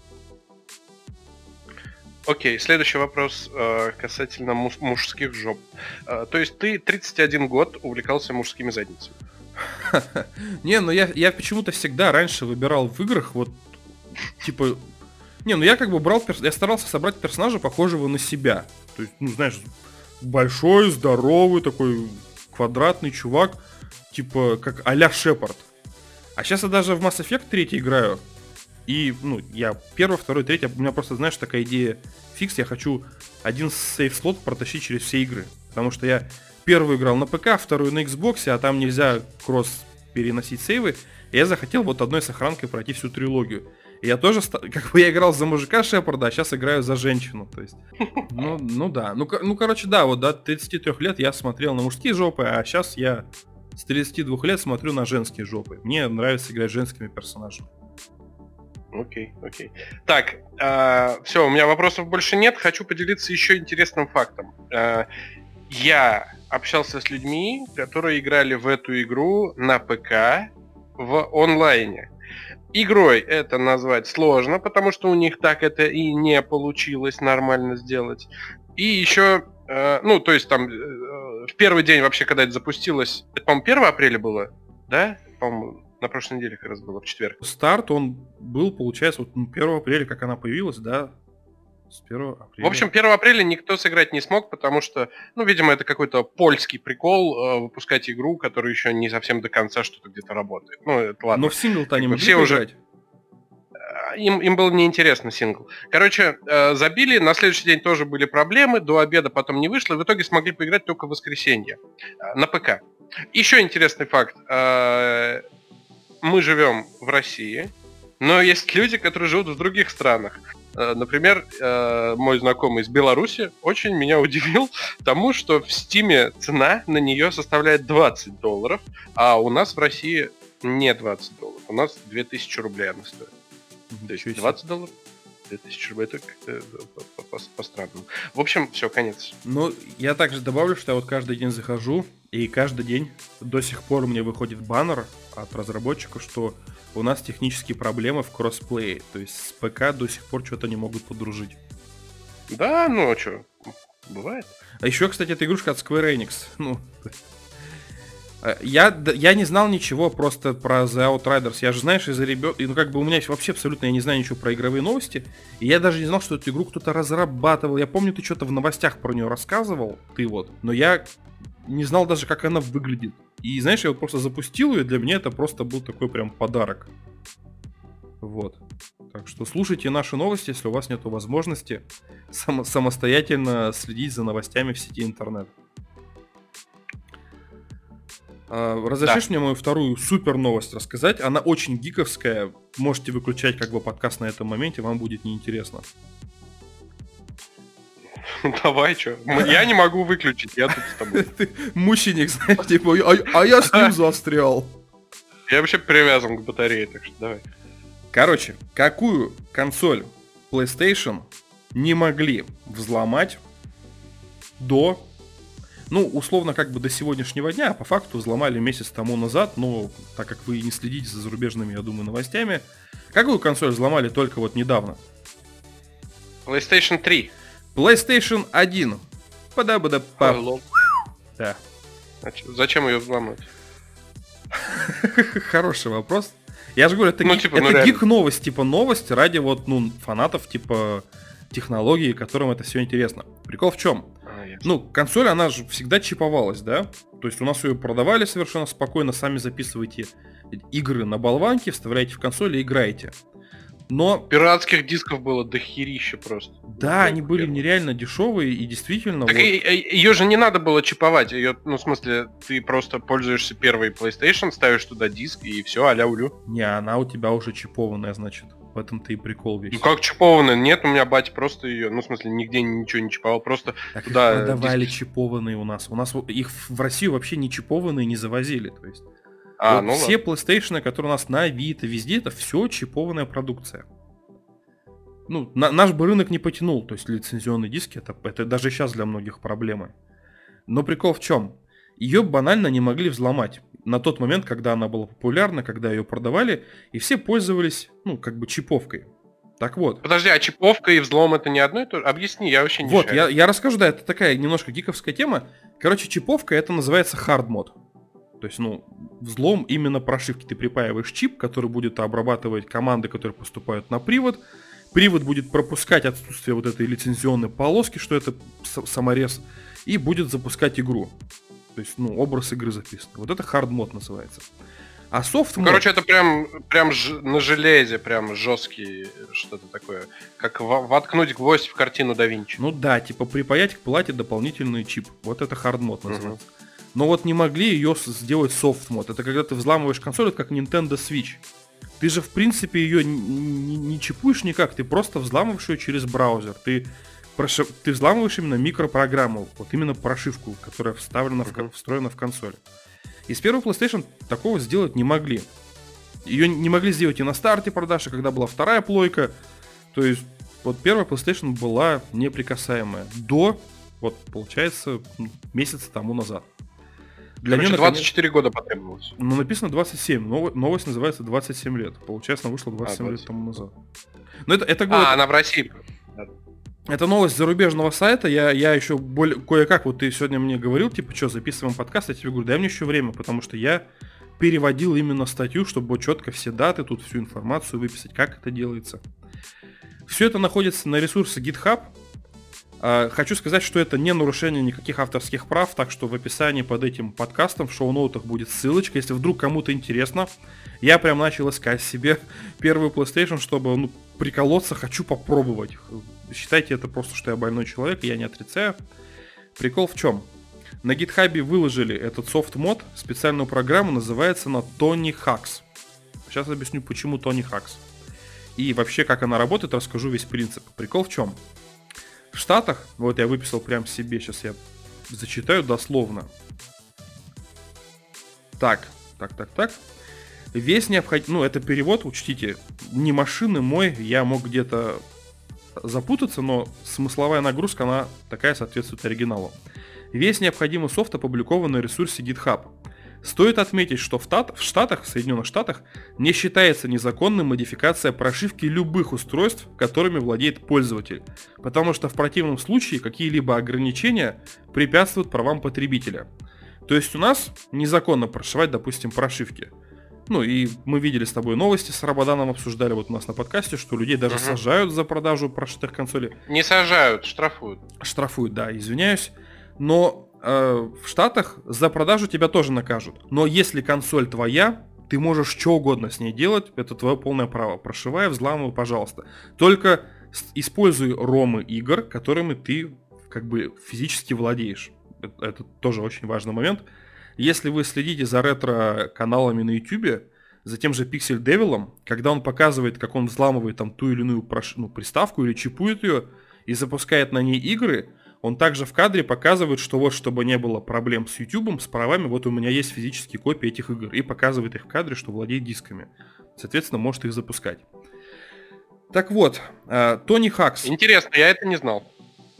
Окей, следующий вопрос касательно мужских жоп. То есть ты 31 год увлекался мужскими задницами? Не, ну я почему-то всегда раньше выбирал в играх вот, типа... Не, ну я как бы я старался собрать персонажа, похожего на себя. То есть, знаешь, большой, здоровый, такой квадратный чувак, типа как а-ля Шепард. А сейчас я даже в Mass Effect 3 играю. И, я первый, второй, третий, у меня просто, знаешь, такая идея фикс, я хочу один сейф-слот протащить через все игры. Потому что я первую играл на ПК, вторую на Xbox, а там нельзя кросс переносить сейвы. И я захотел вот одной сохранкой пройти всю трилогию. И я тоже, как бы я играл за мужика Шепарда, а сейчас играю за женщину. То есть, да. Короче, да, вот до 33 лет я смотрел на мужские жопы, а сейчас я с 32 лет смотрю на женские жопы. Мне нравится играть женскими персонажами. Окей. Так, все, у меня вопросов больше нет. Хочу поделиться еще интересным фактом. Я общался с людьми, которые играли в эту игру на ПК в онлайне. Игрой это назвать сложно, потому что у них так это и не получилось нормально сделать. И еще, то есть там в первый день вообще, когда это запустилось, это, по-моему, 1 апреля было, да? По-моему, на прошлой неделе как раз было, в четверг. Старт, он был, получается, вот 1 апреля, как она появилась, да? С 1 апреля. В общем, 1 апреля никто сыграть не смог, потому что, видимо, это какой-то польский прикол выпускать игру, которая еще не совсем до конца что-то где-то работает. Это ладно. Но в сингл-то они могли поиграть. Им было неинтересно сингл. Короче, забили, на следующий день тоже были проблемы, до обеда потом не вышло, и в итоге смогли поиграть только в воскресенье на ПК. Еще интересный факт. Мы живем в России, но есть люди, которые живут в других странах. Например, мой знакомый из Беларуси очень меня удивил тому, что в Стиме цена на нее составляет $20, а у нас в России не $20, у нас 2000 рублей она стоит. То есть $20, 2000 рублей, это как-то по-странному. В общем, все, конец. Я также добавлю, что я вот каждый день захожу, и каждый день до сих пор мне выходит баннер от разработчика, что у нас технические проблемы в кроссплее. То есть с ПК до сих пор что-то не могут подружить. Да, что, бывает. А еще, кстати, это игрушка от Square Enix. Я не знал ничего просто про The Outriders. Я же, знаешь, из-за ребят... у меня вообще абсолютно я не знаю ничего про игровые новости. И я даже не знал, что эту игру кто-то разрабатывал. Я помню, ты что-то в новостях про нее рассказывал. Но я не знал даже, как она выглядит. И, знаешь, я вот просто запустил ее, и для меня это просто был такой прям подарок. Вот. Так что слушайте наши новости, если у вас нет возможности самостоятельно следить за новостями в сети интернет. Разрешишь мне мою вторую супер новость рассказать? Она очень гиковская. Можете выключать подкаст на этом моменте, вам будет неинтересно. Давай, что? Я не могу выключить, я тут с тобой. Ты мученик, знаешь, типа, а я с ним застрял. Я вообще привязан к батарее, так что давай. Короче, какую консоль PlayStation не могли взломать до... условно, до сегодняшнего дня, а по факту взломали месяц тому назад, но так как вы не следите за зарубежными, я думаю, новостями, какую консоль взломали только вот недавно? PlayStation 3. PlayStation 1. Пада-бада-па. Да. Зачем ее взломать? Хороший вопрос. Я же говорю, это гик-новость, новость ради фанатов, технологии, которым это все интересно. Прикол в чем? Консоль, она же всегда чиповалась, да? То есть у нас ее продавали совершенно спокойно, сами записываете игры на болванке, вставляете в консоль и играете. Но... Пиратских дисков было дохерища просто. Да, они были нереально дешевые и действительно... Так вот... ее же не надо было чиповать. Ее, ну, в смысле, ты просто пользуешься первой PlayStation, ставишь туда диск и все, аля-улю. Не, она у тебя уже чипованная, значит. В этом-то и прикол весь. Ну как чипованная? Нет, у меня батя просто ее, ну, в смысле, нигде ничего не чиповал, просто так туда... их продавали чипованные у нас. У нас их в Россию вообще не чипованные не завозили, то есть... Вот ну все PlayStation, которые у нас на Авито, везде, это все чипованная продукция. Ну, наш бы рынок не потянул, то есть лицензионные диски, это даже сейчас для многих проблемы. Но прикол в чем? Ее банально не могли взломать. На тот момент, когда она была популярна, когда ее продавали, и все пользовались, ну, как бы чиповкой. Так вот. Подожди, а чиповка и взлом это не одно и то же? Объясни, я вообще не вот, шарю. Я расскажу, да, это такая немножко гиковская тема. Короче, чиповка это называется hard mod. То есть, ну, взлом именно прошивки. Ты припаиваешь чип, который будет обрабатывать команды, которые поступают на привод. Привод будет пропускать отсутствие вот этой лицензионной полоски, что это саморез, и будет запускать игру. То есть, ну, образ игры записан. Вот это hard mod называется. А soft mod... Короче, это прям на железе, прям жесткий, что-то такое. Как воткнуть гвоздь в картину да Винчи. Ну да, типа припаять к плате дополнительный чип. Вот это hard mod называется. Но вот не могли ее сделать soft mod. Это когда ты взламываешь консоль, это как Nintendo Switch. Ты же, в принципе, ее не чипуешь никак, ты просто взламываешь ее через браузер. Ты взламываешь именно микропрограмму, вот именно прошивку, которая вставлена, встроена в консоль. И с первой PlayStation такого сделать не могли. Ее не могли сделать и на старте продаж, и когда была вторая плойка. То есть, вот первая PlayStation была неприкасаемая. До, вот, получается, месяца тому назад. Для нее 24 года потребовалось. Ну, написано 27. Новость называется 27 лет. Получается, она вышла 27 лет тому назад. Но она в России. Это новость зарубежного сайта. Я еще кое-как, вот ты сегодня мне говорил, типа, что, записываем подкаст, я тебе говорю, дай мне еще время, потому что я переводил именно статью, чтобы четко все даты, тут всю информацию выписать, как это делается. Все это находится на ресурсе GitHub. Хочу сказать, что это не нарушение никаких авторских прав, так что в описании под этим подкастом в шоу-ноутах будет ссылочка, если вдруг кому-то интересно. Я прям начал искать себе первую PlayStation, чтобы приколоться, хочу попробовать. Считайте это просто, что я больной человек, и я не отрицаю. Прикол в чем? На GitHub выложили этот софт-мод, специальную программу, называется она Tony Hawks. Сейчас объясню, почему Tony Hawks. И вообще, как она работает, расскажу весь принцип. Прикол в чем? В Штатах, вот я выписал прям себе, сейчас я зачитаю дословно. Так. Весь необходимый, это перевод, учтите, не машины мой, я мог где-то запутаться, но смысловая нагрузка, она такая соответствует оригиналу. Весь необходимый софт опубликован на ресурсе GitHub. Стоит отметить, что в Штатах, в Соединенных Штатах, не считается незаконной модификация прошивки любых устройств, которыми владеет пользователь, потому что в противном случае какие-либо ограничения препятствуют правам потребителя. То есть у нас незаконно прошивать, допустим, прошивки. Ну и мы видели с тобой новости с Рабаданом, обсуждали вот у нас на подкасте, что людей даже сажают за продажу прошитых консолей. Не сажают, штрафуют. Штрафуют, да, извиняюсь. Но в Штатах за продажу тебя тоже накажут. Но если консоль твоя, ты можешь что угодно с ней делать, это твое полное право. Прошивай, взламывай, пожалуйста. Только используй ромы игр, которыми ты как бы физически владеешь. Это тоже очень важный момент. Если вы следите за ретро-каналами на YouTube, за тем же Pixel Devil, когда он показывает, как он взламывает там ту или иную приставку или чипует ее и запускает на ней игры, он также в кадре показывает, что вот чтобы не было проблем с YouTube, с правами, вот у меня есть физические копии этих игр. И показывает их в кадре, что владеет дисками. Соответственно, может их запускать. Так вот, Tony Hawks. Интересно, я это не знал.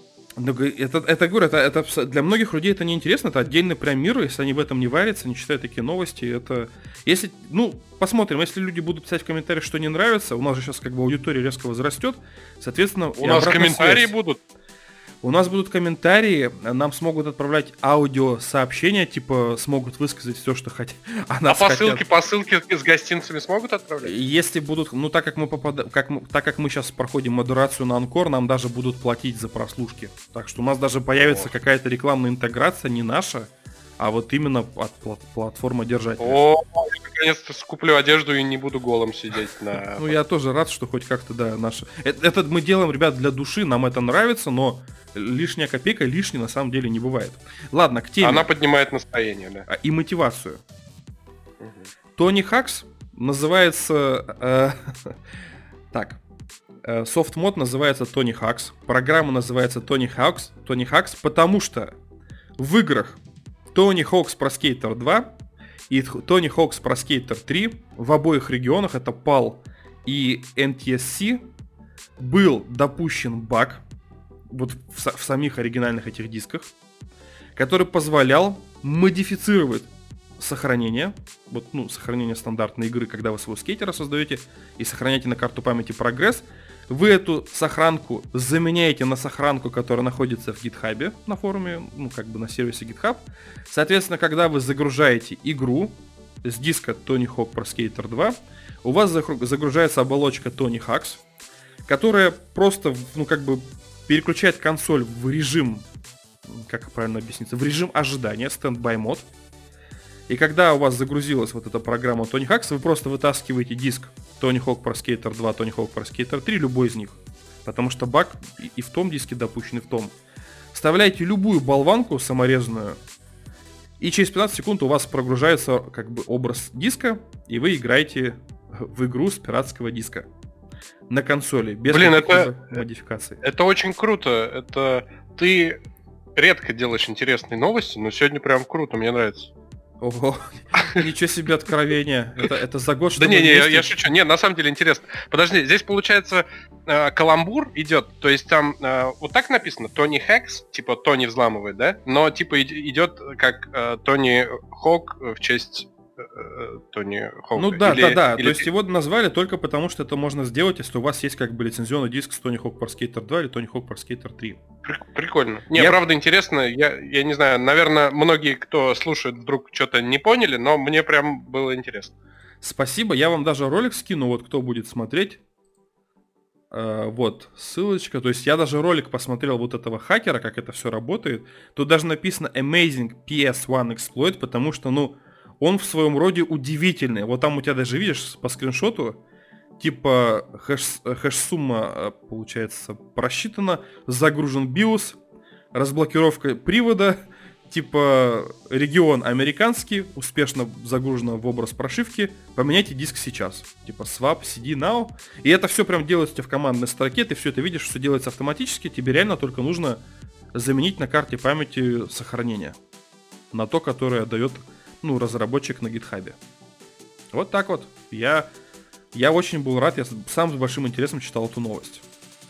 Это для многих людей это неинтересно, это отдельный прям мир, если они в этом не варятся, не читают такие новости, это... Если, посмотрим, если люди будут писать в комментариях, что не нравится, у нас же сейчас как бы аудитория резко возрастет, соответственно... У нас комментарии будут? У нас будут комментарии, нам смогут отправлять аудиосообщения, типа смогут высказать все, что хотят. А посылки с гостинцами смогут отправлять? Если будут, так как мы сейчас проходим модерацию на Анкор, нам даже будут платить за прослушки. Так что у нас даже появится какая-то рекламная интеграция, не наша, а вот именно от платформы держателя. наконец-то скуплю одежду и не буду голым сидеть на... Ну, я тоже рад, что хоть как-то, да, наше... Это мы делаем, ребят, для души, нам это нравится, но лишняя копейка лишней на самом деле не бывает. Ладно, к теме. Она поднимает настроение, да. И мотивацию. Тони Хакс называется... Так. Софт-мод называется Тони Хакс. Программа называется Тони Хакс, потому что в играх Тони Хокс Pro Skater 2 и Тони Хокс Pro Skater 3 в обоих регионах, это PAL и NTSC, был допущен баг вот в самих оригинальных этих дисках, который позволял модифицировать сохранение, вот, ну, сохранение стандартной игры, когда вы своего скейтера создаете и сохраняете на карту памяти прогресс. Вы эту сохранку заменяете на сохранку, которая находится в GitHub на форуме, ну, как бы на сервисе GitHub. Соответственно, когда вы загружаете игру с диска Tony Hawk Pro Skater 2, у вас загружается оболочка Tony Hawk's, которая просто, ну, как бы переключает консоль в режим, как правильно объясниться, в режим ожидания, стендбай мод. И когда у вас загрузилась вот эта программа Tony Hawk's, вы просто вытаскиваете диск Tony Hawk Pro Skater 2, Tony Hawk Pro Skater 3, любой из них. Потому что баг и в том диске допущен, и в том. Вставляете любую болванку саморезную, и через 15 секунд у вас прогружается как бы образ диска, и вы играете в игру с пиратского диска. На консоли, без каких-либо модификаций. Это очень круто. Это ты редко делаешь интересные новости, но сегодня прям круто, мне нравится. Ого, ничего себе откровение. Это за год, что... Да не, я шучу. Не, на самом деле интересно. Подожди, здесь получается каламбур идет, то есть там вот так написано, Тони Хакс, типа Тони взламывает, да? Но типа идет как Тони Хок в честь Тони Хоука. Ну да, да. То есть его назвали только потому, что это можно сделать, если у вас есть как бы лицензионный диск с Tony Hawk Pro Skater 2 или Tony Hawk Pro Skater 3. Прикольно. Не, правда интересно. Я не знаю, наверное, многие, кто слушает, вдруг что-то не поняли, но мне прям было интересно. Спасибо. Я вам даже ролик скину, вот кто будет смотреть. Вот, ссылочка. То есть я даже ролик посмотрел вот этого хакера, как это все работает. Тут даже написано Amazing PS1 Exploit, потому что, ну, он в своем роде удивительный. Вот там у тебя даже, видишь, по скриншоту, типа хэш-сумма, получается, просчитана, загружен BIOS, разблокировка привода, типа регион американский, успешно загружено в образ прошивки, поменяйте диск сейчас. Типа swap, CD now. И это все прям делается у тебя в командной строке, ты все это видишь, все делается автоматически, тебе реально только нужно заменить на карте памяти сохранение. На то, которое дает, ну, разработчик на гитхабе. Вот так вот. Я очень был рад, я сам с большим интересом читал эту новость.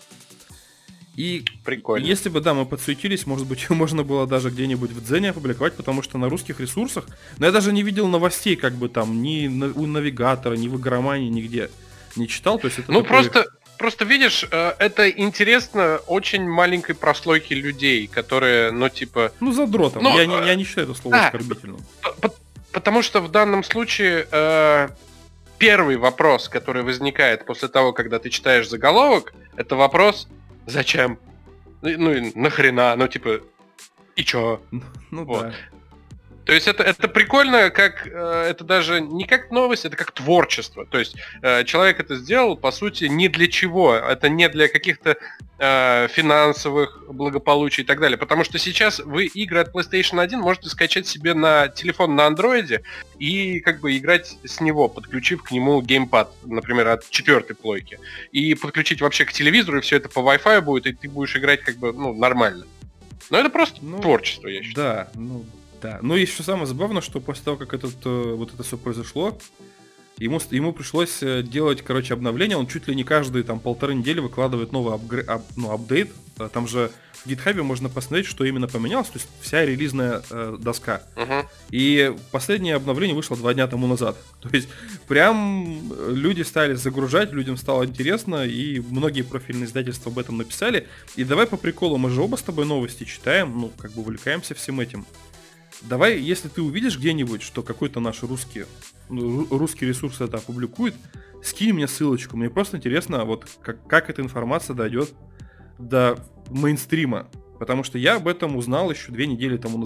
И прикольно. Если бы, да, мы подсуетились, может быть, можно было даже где-нибудь в Дзене опубликовать, потому что на русских ресурсах, но я даже не видел новостей, как бы там, ни у Навигатора, ни в Игромании, нигде не читал. То есть это ну, такой... просто видишь, это интересно очень маленькой прослойке людей, которые, ну, типа... Ну, задротом. Ну, я не считаю это слово оскорбительным. Потому что в данном случае первый вопрос, который возникает после того, когда ты читаешь заголовок, это вопрос: зачем? Ну и нахрена? Ну типа, и чё? Ну вот. Да. То есть это прикольно, как это даже не как новость, это как творчество. То есть человек это сделал, по сути, не для чего. Это не для каких-то финансовых благополучий и так далее. Потому что сейчас вы игры от PlayStation 1 можете скачать себе на телефон на андроиде и как бы играть с него, подключив к нему геймпад, например, от 4-й плойки. И подключить вообще к телевизору, и все это по Wi-Fi будет, и ты будешь играть как бы, ну, нормально. Но это просто творчество, я считаю. Да, да. Ну и еще самое забавное, что после того, как вот это все произошло, ему пришлось делать, короче, обновление. Он чуть ли не каждые там 1,5 недели выкладывает новый апдейт. Там же в GitHub можно посмотреть, что именно поменялось. То есть вся релизная доска. И последнее обновление вышло 2 дня тому назад. То есть прям люди стали загружать, людям стало интересно, и многие профильные издательства об этом написали. И давай по приколу, мы же оба с тобой новости читаем, ну, как бы увлекаемся всем этим. Давай, если ты увидишь где-нибудь, что какой-то наш русский ресурс это опубликует, скинь мне ссылочку. Мне просто интересно, вот как эта информация дойдет до мейнстрима. Потому что я об этом узнал еще 2 недели тому назад.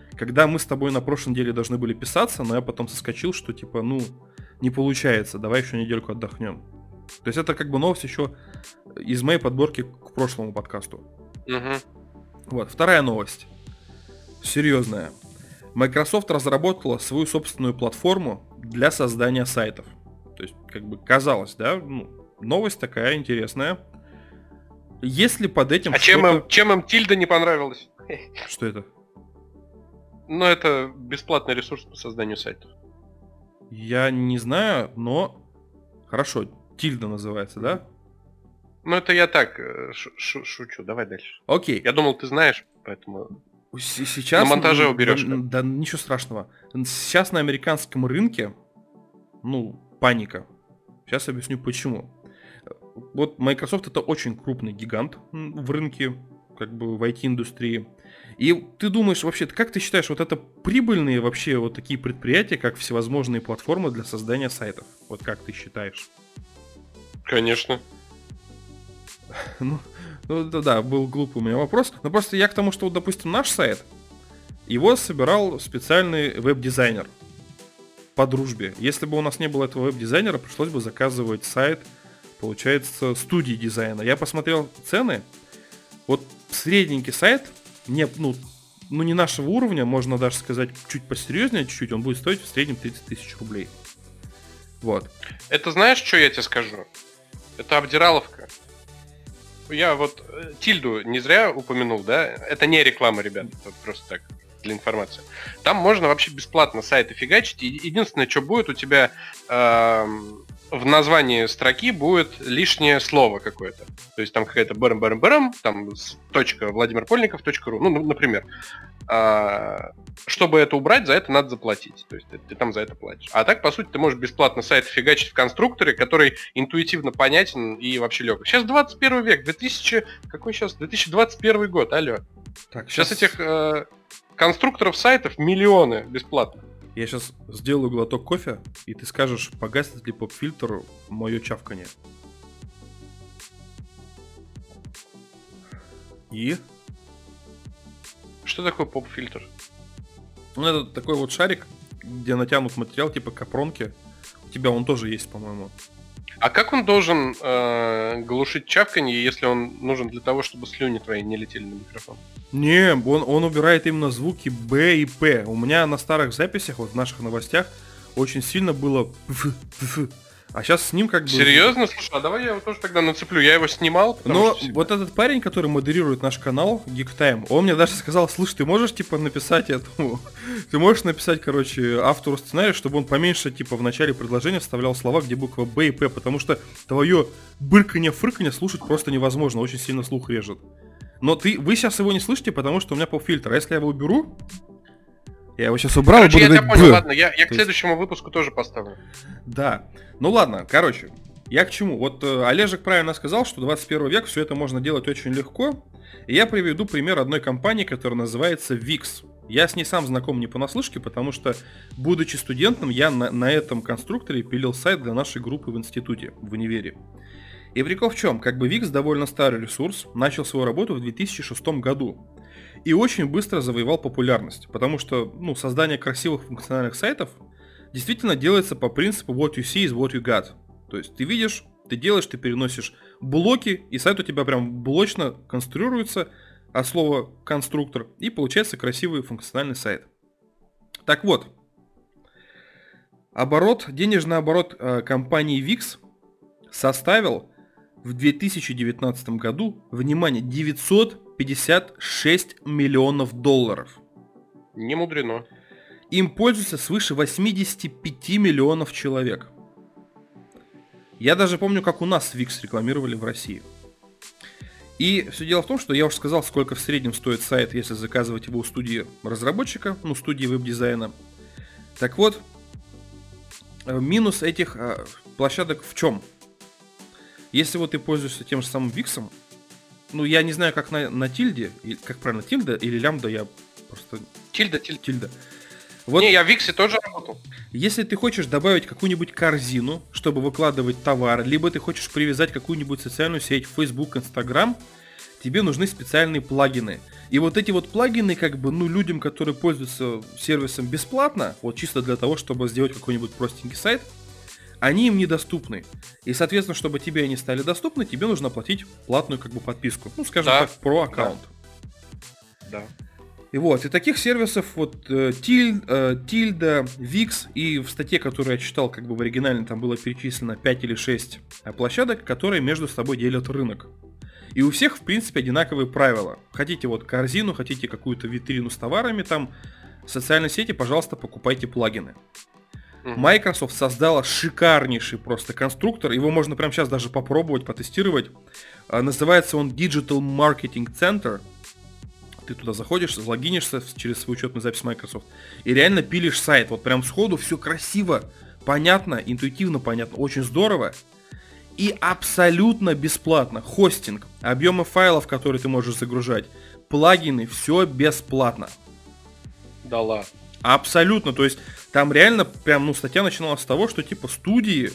когда мы с тобой на прошлой неделе должны были писаться, но я потом соскочил, что типа, не получается, давай еще недельку отдохнем. То есть это как бы новость еще из моей подборки к прошлому подкасту. Вот, вторая новость. Серьезная. Microsoft разработала свою собственную платформу для создания сайтов. То есть, как бы казалось, да, новость такая интересная. Если под этим чем им тильда не понравилось? Что это? Это бесплатный ресурс по созданию сайтов. Я не знаю, но... Хорошо, тильда называется, да? Это я так шучу, давай дальше. Окей. Я думал, ты знаешь, поэтому... Сейчас... На монтаже уберешь. Да, ничего страшного. Сейчас на американском рынке, паника. Сейчас объясню почему. Вот Microsoft это очень крупный гигант в рынке, как бы в IT-индустрии. И ты думаешь, вообще, как ты считаешь, вот это прибыльные вообще вот такие предприятия, как всевозможные платформы для создания сайтов? Вот как ты считаешь? Конечно. Да, был глупый у меня вопрос. Но просто я к тому, что, вот, допустим, наш сайт, его собирал специальный веб-дизайнер по дружбе. Если бы у нас не было этого веб-дизайнера, пришлось бы заказывать сайт, получается, студии дизайна. Я посмотрел цены. Вот средненький сайт, не нашего уровня, можно даже сказать чуть посерьезнее, чуть-чуть, он будет стоить в среднем 30 тысяч рублей. Вот. Это знаешь, что я тебе скажу? Это обдираловка. Я вот тильду не зря упомянул, да? Это не реклама, ребят, это просто так, для информации. Там можно вообще бесплатно сайты фигачить. И единственное, что будет у тебя в названии строки будет лишнее слово какое-то. То есть там какая-то барам, там .владимирпольников.ру, например. Чтобы это убрать, за это надо заплатить. То есть ты там за это платишь. А так, по сути, ты можешь бесплатно сайт фигачить в конструкторе, который интуитивно понятен и вообще легкий. Сейчас 21 век, 2021 год, алло. Так, сейчас этих конструкторов сайтов миллионы бесплатно. Я сейчас сделаю глоток кофе, и ты скажешь, погаснет ли поп-фильтр мое чавканье. И? Что такое поп-фильтр? Это такой вот шарик, где натянут материал типа капронки. У тебя он тоже есть, по-моему. А как он должен глушить чавканье, если он нужен для того, чтобы слюни твои не летели на микрофон? Не, он убирает именно звуки Б и П. У меня на старых записях, вот в наших новостях, очень сильно было А сейчас с ним как бы... Серьезно? Слушай, а давай я его тоже тогда нацеплю. Я его снимал. Но вот этот парень, который модерирует наш канал, GeekTime, он мне даже сказал, слушай, ты можешь, типа, написать этому... Ты можешь написать, короче, автору сценария, чтобы он поменьше, типа, в начале предложения вставлял слова, где буква Б и П, потому что твое бырканье-фырканье слушать просто невозможно, очень сильно слух режет. Но вы сейчас его не слышите, потому что у меня поп-фильтр. А если я его уберу... Я его сейчас убрал, короче, и буду я тебя понял, ладно, я к следующему выпуску тоже поставлю. Да. Ну ладно, короче, я к чему? Вот Олежек правильно сказал, что 21 век все это можно делать очень легко. И я приведу пример одной компании, которая называется Wix. Я с ней сам знаком не понаслышке, потому что, будучи студентом, я на этом конструкторе пилил сайт для нашей группы в институте, в универе. И прикол в чем? Как бы Wix довольно старый ресурс, начал свою работу в 2006 году. И очень быстро завоевал популярность, потому что создание красивых функциональных сайтов действительно делается по принципу what you see is what you got. То есть ты видишь, ты делаешь, ты переносишь блоки, и сайт у тебя прям блочно конструируется от слова конструктор, и получается красивый функциональный сайт. Так вот, денежный оборот компании Wix составил в 2019 году, внимание, 956 миллионов долларов. Не мудрено. Им пользуются свыше 85 миллионов человек. Я даже помню, как у нас Wix рекламировали в России. И все дело в том, что я уже сказал, сколько в среднем стоит сайт, если заказывать его у студии разработчика, студии веб-дизайна. Так вот, минус этих площадок в чем? Если вот ты пользуешься тем же самым Виксом, я не знаю, как на тильде, как правильно, тильда или лямбда, я просто... Тильда. Вот, не, я в Виксе тоже работал. Если ты хочешь добавить какую-нибудь корзину, чтобы выкладывать товар, либо ты хочешь привязать какую-нибудь социальную сеть, Facebook, Instagram, тебе нужны специальные плагины. И вот эти вот плагины, как бы, ну, людям, которые пользуются сервисом бесплатно, вот чисто для того, чтобы сделать какой-нибудь простенький сайт, они им недоступны. И, соответственно, чтобы тебе они стали доступны, тебе нужно оплатить платную, как бы, подписку. Ну, скажем так, про аккаунт. Да. И вот, и таких сервисов вот Tilda, Wix, и в статье, которую я читал, как бы в оригинале, там было перечислено 5 или 6 площадок, которые между собой делят рынок. И у всех, в принципе, одинаковые правила. Хотите вот корзину, хотите какую-то витрину с товарами, там, социальные сети, пожалуйста, покупайте плагины. Microsoft создала шикарнейший просто конструктор, его можно прямо сейчас даже попробовать, потестировать. Называется он Digital Marketing Center. Ты туда заходишь, логинишься через свою учетную запись Microsoft и реально пилишь сайт. Вот прям сходу все красиво, понятно, интуитивно понятно, очень здорово. И абсолютно бесплатно. Хостинг, объемы файлов, которые ты можешь загружать, плагины, все бесплатно. Да ладно. Абсолютно, то есть там реально прям, ну, статья начиналась с того, что типа студии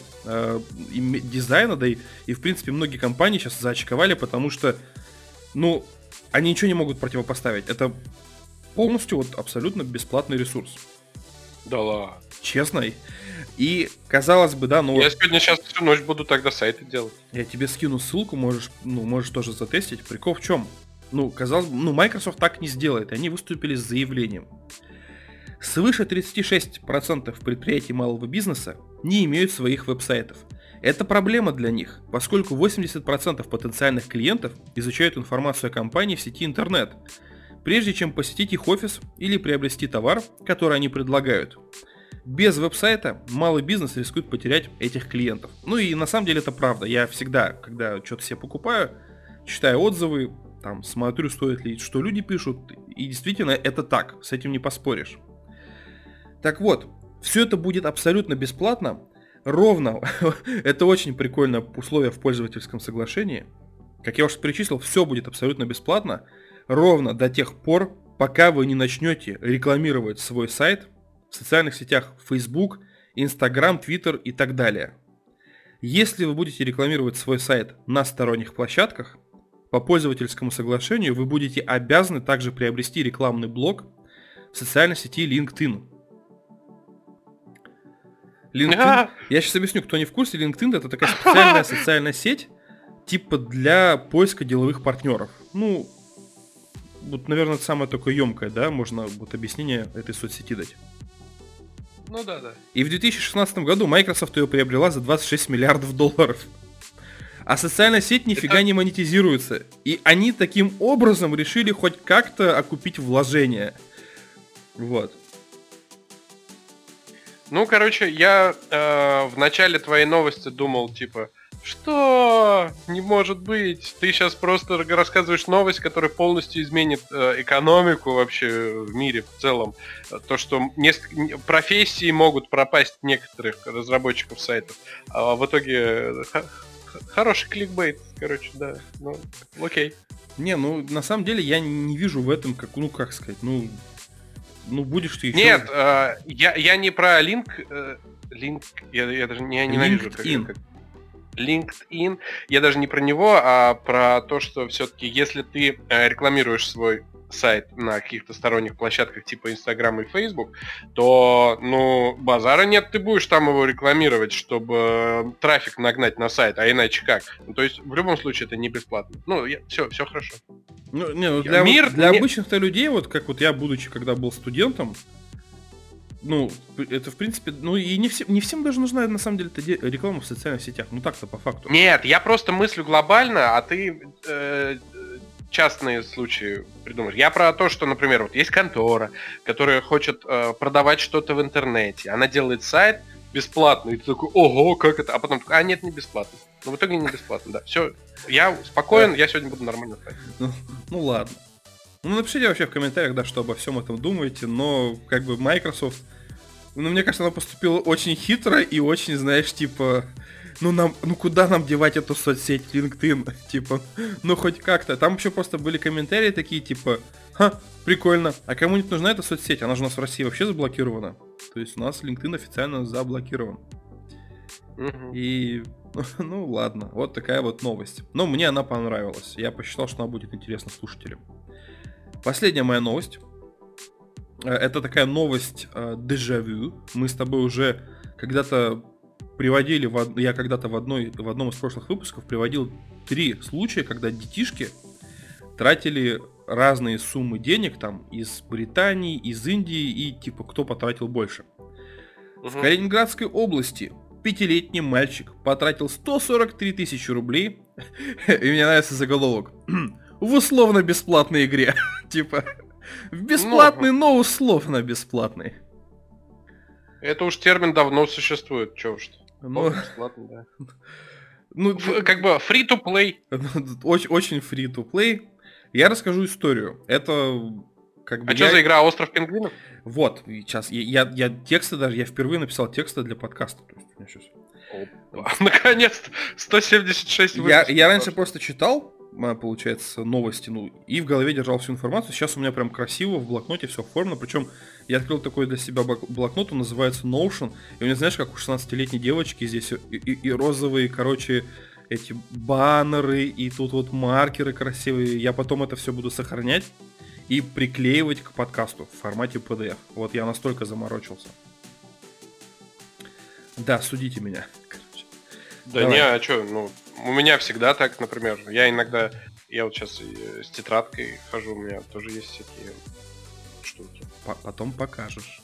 дизайна, да и в принципе многие компании сейчас заочковали, потому что, ну, они ничего не могут противопоставить. Это полностью вот абсолютно бесплатный ресурс. Да ладно. Честно. И казалось бы, да, ну... Я сегодня сейчас всю ночь буду тогда сайты делать. Я тебе скину ссылку, можешь тоже затестить. Прикол в чем? Ну, казалось бы, ну, Microsoft так не сделает. Они выступили с заявлением. Свыше 36% предприятий малого бизнеса не имеют своих веб-сайтов. Это проблема для них, поскольку 80% потенциальных клиентов изучают информацию о компании в сети интернет, прежде чем посетить их офис или приобрести товар, который они предлагают. Без веб-сайта малый бизнес рискует потерять этих клиентов. Ну и на самом деле это правда. Я всегда, когда что-то себе покупаю, читаю отзывы, там, смотрю, стоит ли, что люди пишут, и действительно это так, с этим не поспоришь. Так вот, все это будет абсолютно бесплатно, ровно, это очень прикольное условие в пользовательском соглашении. Как я уже перечислил, все будет абсолютно бесплатно, ровно до тех пор, пока вы не начнете рекламировать свой сайт в социальных сетях Facebook, Instagram, Twitter и так далее. Если вы будете рекламировать свой сайт на сторонних площадках, по пользовательскому соглашению вы будете обязаны также приобрести рекламный блок в социальной сети LinkedIn. LinkedIn, я сейчас объясню, кто не в курсе, LinkedIn это такая специальная социальная сеть, типа для поиска деловых партнеров. Ну, вот, наверное, это самое такое емкое, да, можно вот объяснение этой соцсети дать. Ну да. И в 2016 году Microsoft ее приобрела за 26 миллиардов долларов. А социальная сеть нифига не монетизируется. И они таким образом решили хоть как-то окупить вложения. Вот. Ну, короче, я в начале твоей новости думал, типа, что? Не может быть. Ты сейчас просто рассказываешь новость, которая полностью изменит экономику вообще в мире в целом. То, что профессии могут пропасть некоторых разработчиков сайтов. А в итоге хороший кликбейт, короче, да. Ну, окей. Не, ну, на самом деле я не вижу в этом, как, ну, как сказать, ну, будешь ты еще... Нет, я не про я даже я ненавижу LinkedIn. LinkedIn. Я даже не про него, а про то, что все-таки, если ты рекламируешь свой сайт на каких-то сторонних площадках типа Instagram и Facebook, то, ну, базара нет, ты будешь там его рекламировать, чтобы трафик нагнать на сайт, а иначе как? Ну, то есть, в любом случае, это не бесплатно. Ну, все хорошо. Ну, не, ну, для обычных-то людей, вот как вот я, будучи, когда был студентом, ну, это, в принципе, ну, и не всем даже нужна, на самом деле, реклама в социальных сетях. Ну, так-то, по факту. Нет, я просто мыслю глобально, а ты частные случаи придумаешь. Я про то, что, например, вот есть контора, которая хочет продавать что-то в интернете. Она делает сайт бесплатный, и ты такой, ого, как это? А потом такой, а нет, не бесплатно. Но в итоге не бесплатно, да. Все, я спокоен, я сегодня буду нормально спать. Ну, ладно. Ну, напишите вообще в комментариях, да, что обо всем этом думаете, но, как бы, Microsoft, ну, мне кажется, она поступила очень хитро и очень, знаешь, типа, ну, куда нам девать эту соцсеть LinkedIn, типа, ну, хоть как-то. Там еще просто были комментарии такие, типа, прикольно, а кому-нибудь нужна эта соцсеть? Она же у нас в России вообще заблокирована. То есть у нас LinkedIn официально заблокирован. И Ну ладно, вот такая вот новость. Но мне она понравилась. Я посчитал, что она будет интересна слушателям. Последняя моя новость. Это такая новость дежавю. Мы с тобой уже когда-то приводили, я когда-то в одном из прошлых выпусков приводил 3 случая, когда детишки тратили разные суммы денег там из Британии, из Индии и типа кто потратил больше. В Калининградской области 5-летний мальчик потратил 143 тысячи рублей, и мне нравится заголовок, в условно-бесплатной игре. Типа, в бесплатной, но условно-бесплатной. Это уж термин давно существует, чё уж. Ну, бесплатно, да. Ну, как бы free-to-play. Очень free-to-play. Я расскажу историю. Это как бы... А что за игра «Остров пингвинов»? Вот, сейчас я тексты даже, я впервые написал тексты для подкаста. То есть у меня сейчас... Наконец-то! 176 выпусков. Я раньше просто читал, получается, новости, ну, и в голове держал всю информацию. Сейчас у меня прям красиво в блокноте все оформлено. Причем я открыл такой для себя блокнот, он называется Notion. И у меня, знаешь, как у 16-летней девочки здесь и розовые, короче, эти баннеры, и тут вот маркеры красивые. Я потом это все буду сохранять и приклеивать к подкасту в формате PDF. Вот я настолько заморочился. Да, судите меня. Короче. Да Давай. не, а что, ну, у меня всегда так, например. Я вот сейчас с тетрадкой хожу, у меня тоже есть всякие штуки. Потом покажешь.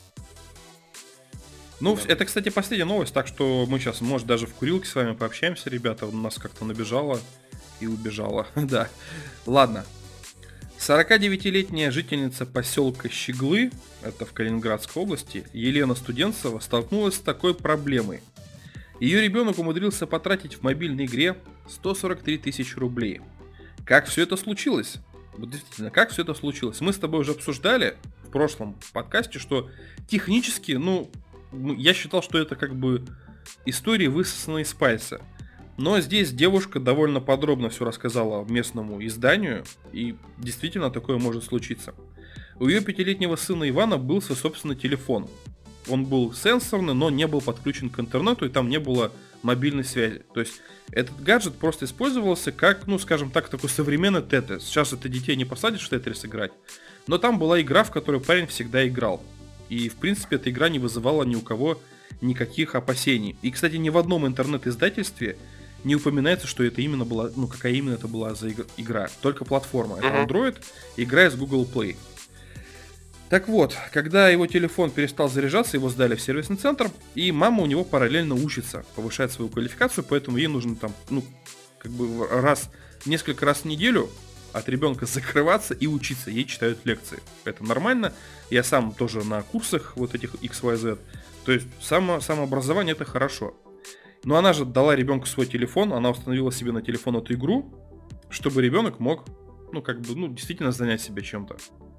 Ну, да. Это, кстати, последняя новость, так что мы сейчас, может, даже в курилке с вами пообщаемся, ребята. У нас как-то набежало и убежало. Да. Ладно. 49-летняя жительница поселка Щеглы, это в Калининградской области, Елена Студенцева, столкнулась с такой проблемой. Ее ребенок умудрился потратить в мобильной игре 143 тысячи рублей. Как все это случилось? Вот действительно, как все это случилось? Мы с тобой уже обсуждали в прошлом подкасте, что технически, ну, я считал, что это как бы истории, высосанные из пальца. Но здесь девушка довольно подробно все рассказала местному изданию, и действительно такое может случиться. У ее 5-летнего сына Ивана был свой собственный телефон. Он был сенсорный, но не был подключен к интернету, и там не было мобильной связи. То есть этот гаджет просто использовался как, ну скажем так, такой современный Тетрис. Сейчас это детей не посадишь в Тетрис играть, но там была игра, в которую парень всегда играл. И в принципе эта игра не вызывала ни у кого никаких опасений. И, кстати, ни в одном интернет-издательстве не упоминается, что это именно была, ну какая именно это была за игра. Только платформа. Это Android, игра из Google Play. Так вот, когда его телефон перестал заряжаться, его сдали в сервисный центр, и мама у него параллельно учится, повышает свою квалификацию, поэтому ей нужно там, ну, как бы несколько раз в неделю от ребенка закрываться и учиться, ей читают лекции. Это нормально, я сам тоже на курсах вот этих XYZ, то есть самообразование это хорошо. Но она же дала ребенку свой телефон, она установила себе на телефон эту игру, чтобы ребенок мог, ну, как бы, ну, действительно занять себя чем-то.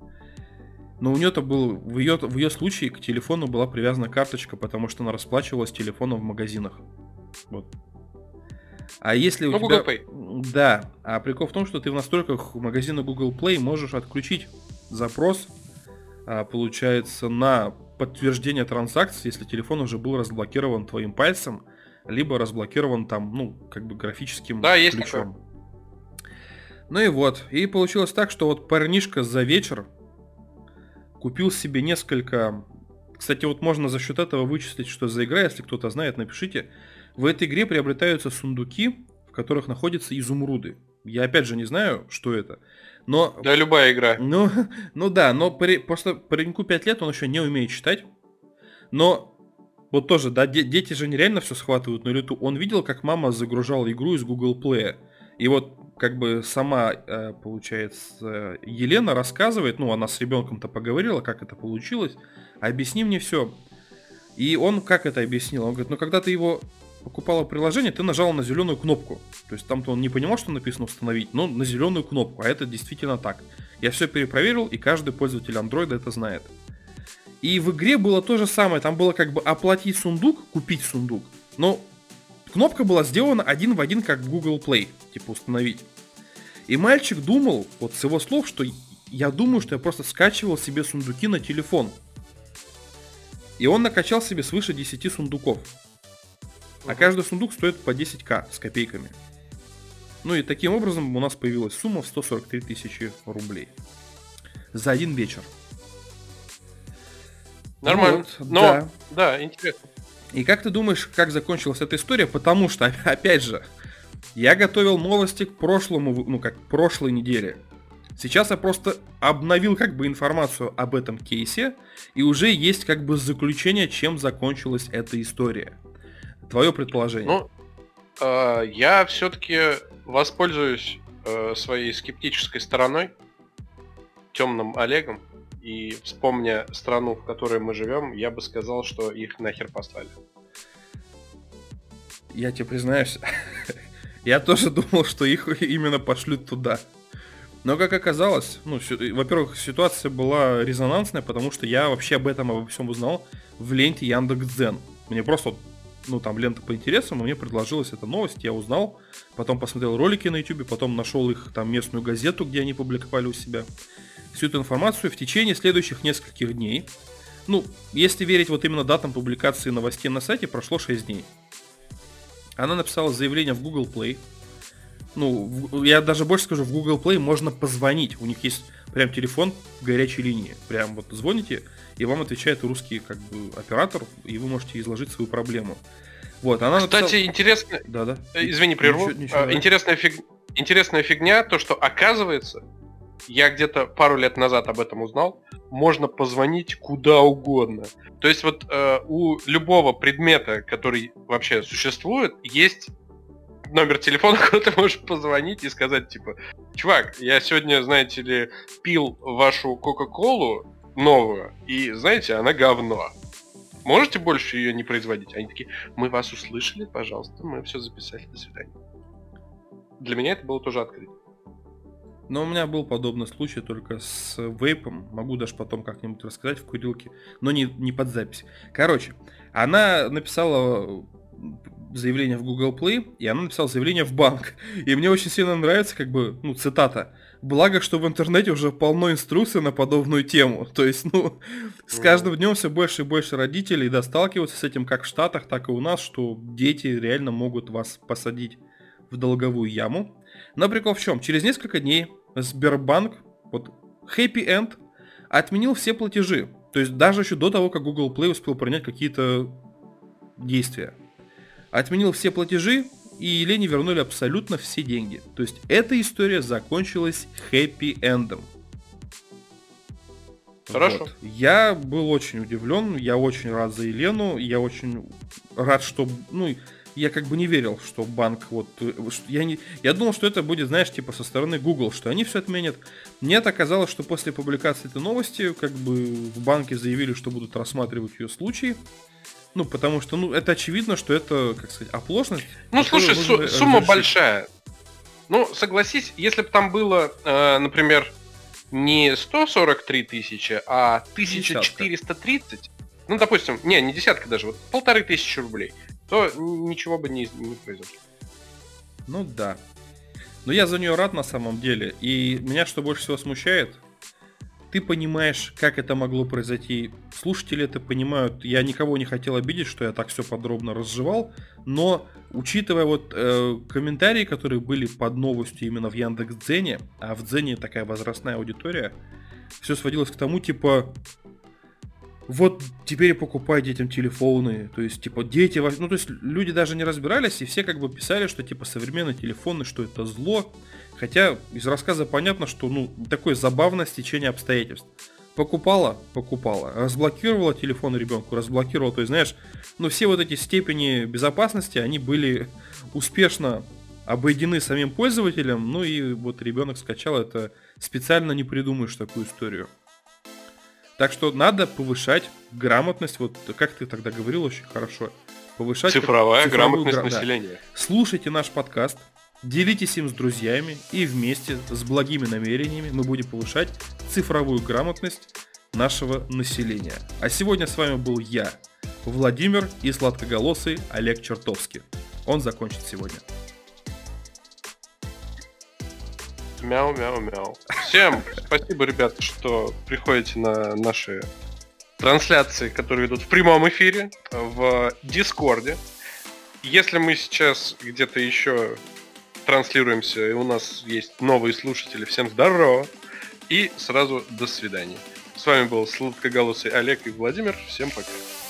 Но у нее-то был, в ее случае к телефону была привязана карточка, потому что она расплачивалась телефоном в магазинах. Вот. А если у тебя... Google Pay. Да, а прикол в том, что ты в настройках магазина Google Play можешь отключить запрос, получается, на подтверждение транзакции, если телефон уже был разблокирован твоим пальцем, либо разблокирован там, ну, как бы графическим есть ключом. такое. Ну и вот, и получилось так, что вот парнишка за вечер купил себе несколько... Кстати, вот можно за счет этого вычислить, что за игра, если кто-то знает, напишите. В этой игре приобретаются сундуки, в которых находятся изумруды. Я опять же не знаю, что это. Но... Да, любая игра. Ну да, но просто пареньку 5 лет, он еще не умеет читать. Но вот тоже, да, дети же нереально все схватывают на лету. Он видел, как мама загружала игру из Google Play. И вот как бы сама, получается, Елена рассказывает, ну, она с ребенком-то поговорила, как это получилось, объясни мне все. И он как это объяснил? Он говорит, ну, когда ты его покупала приложение, ты нажала на зеленую кнопку. То есть там-то он не понимал, что написано установить, но на зеленую кнопку, а это действительно так. Я все перепроверил, и каждый пользователь Android это знает. И в игре было то же самое, там было как бы оплатить сундук, купить сундук, но кнопка была сделана один в один, как в Google Play, типа установить. И мальчик думал, вот с его слов, что я думаю, что я просто скачивал себе сундуки на телефон. И он накачал себе свыше 10 сундуков. А каждый сундук стоит по 10к с копейками. Ну и таким образом у нас появилась сумма в 143 тысячи рублей. За один вечер. Нормально. Вот, но, да, интересно. И как ты думаешь, как закончилась эта история? Потому что, опять же, я готовил новости к прошлому, ну как к прошлой неделе. Сейчас я просто обновил как бы информацию об этом кейсе, и уже есть как бы заключение, чем закончилась эта история. Твое предположение. Ну, я все-таки воспользуюсь своей скептической стороной, темным Олегом, и вспомня страну, в которой мы живем, я бы сказал, что их нахер послали. Я тебе признаюсь, я тоже думал, что их именно пошлют туда. Но как оказалось, ну, во-первых, ситуация была резонансная, потому что я вообще обо всем узнал в ленте Яндекс.Дзен. Мне просто, ну, там лента по интересам, и мне предложилась эта новость, я узнал, потом посмотрел ролики на YouTube, потом нашел их там местную газету, где они публиковали у себя всю эту информацию в течение следующих нескольких дней. Ну, если верить вот именно датам публикации новостей на сайте, прошло 6 дней. Она написала заявление в Google Play. Ну, я даже больше скажу, в Google Play можно позвонить. У них есть прям телефон горячей линии. Прям вот звоните, и вам отвечает русский как бы оператор, и вы можете изложить свою проблему. Вот, она Кстати, написала... интересно... Да. Извини, прерву. Интересная фигня, то, что оказывается, я где-то пару лет назад об этом узнал, можно позвонить куда угодно. То есть вот у любого предмета, который вообще существует, есть номер телефона, куда ты можешь позвонить и сказать, типа, чувак, я сегодня, знаете ли, пил вашу Кока-Колу новую, и, знаете, она говно. Можете больше ее не производить? Они такие, мы вас услышали, пожалуйста, мы все записали, до свидания. Для меня это было тоже открытие. Но у меня был подобный случай только с вейпом. Могу даже потом как-нибудь рассказать в курилке, но не под запись. Короче, она написала заявление в Google Play, и она написала заявление в банк. И мне очень сильно нравится, как бы, ну, цитата. Благо, что в интернете уже полно инструкций на подобную тему. То есть, ну, с каждым днем все больше и больше родителей, да, сталкиваются с этим как в Штатах, так и у нас, что дети реально могут вас посадить в долговую яму. Но прикол в чем? Через несколько дней Сбербанк, вот Happy End, отменил все платежи. То есть даже еще до того, как Google Play успел принять какие-то действия. Отменил все платежи, и Елене вернули абсолютно все деньги. То есть эта история закончилась Happy End'ом. Хорошо. Вот. Я был очень удивлен, я очень рад за Елену, я очень рад, что... Ну, я как бы не верил, что банк вот... Я думал, что это будет, знаешь, типа со стороны Google, что они все отменят. Нет, оказалось, что после публикации этой новости, как бы в банке заявили, что будут рассматривать ее случай. Ну, потому что, ну, это очевидно, что это, как сказать, оплошность. Ну, слушай, сумма большая. Ну, согласись, если бы там было, например, не 143 тысячи, а 1430, ну, допустим, не десятка даже, вот 1500 рублей, то ничего бы не произошло. Ну, да. Но я за нее рад на самом деле. И меня что больше всего смущает, ты понимаешь, как это могло произойти. Слушатели это понимают. Я никого не хотел обидеть, что я так все подробно разжевал. Но, учитывая вот комментарии, которые были под новостью именно в Яндекс.Дзене, а в Дзене такая возрастная аудитория, все сводилось к тому, типа... Вот теперь покупай детям телефоны, то есть, типа, дети... Ну, то есть, люди даже не разбирались, и все как бы писали, что, типа, современные телефоны, что это зло. Хотя из рассказа понятно, что, ну, такое забавное стечение обстоятельств. Покупала. Разблокировала телефон ребенку, разблокировала. То есть, знаешь, ну, все вот эти степени безопасности, они были успешно обойдены самим пользователем. Ну, и вот ребенок скачал это. Специально не придумаешь такую историю. Так что надо повышать грамотность, вот как ты тогда говорил очень хорошо, повышать цифровую грамотность населения. Да. Слушайте наш подкаст, делитесь им с друзьями, и вместе с благими намерениями мы будем повышать цифровую грамотность нашего населения. А сегодня с вами был я, Владимир, и сладкоголосый Олег Чертовский. Он закончит сегодня. Мяу-мяу-мяу. Всем спасибо, ребята, что приходите на наши трансляции, которые идут в прямом эфире в Дискорде. если мы сейчас где-то еще транслируемся, и у нас есть новые слушатели, всем здорово. И сразу до свидания. С вами был сладкоголосый Олег и Владимир. Всем пока.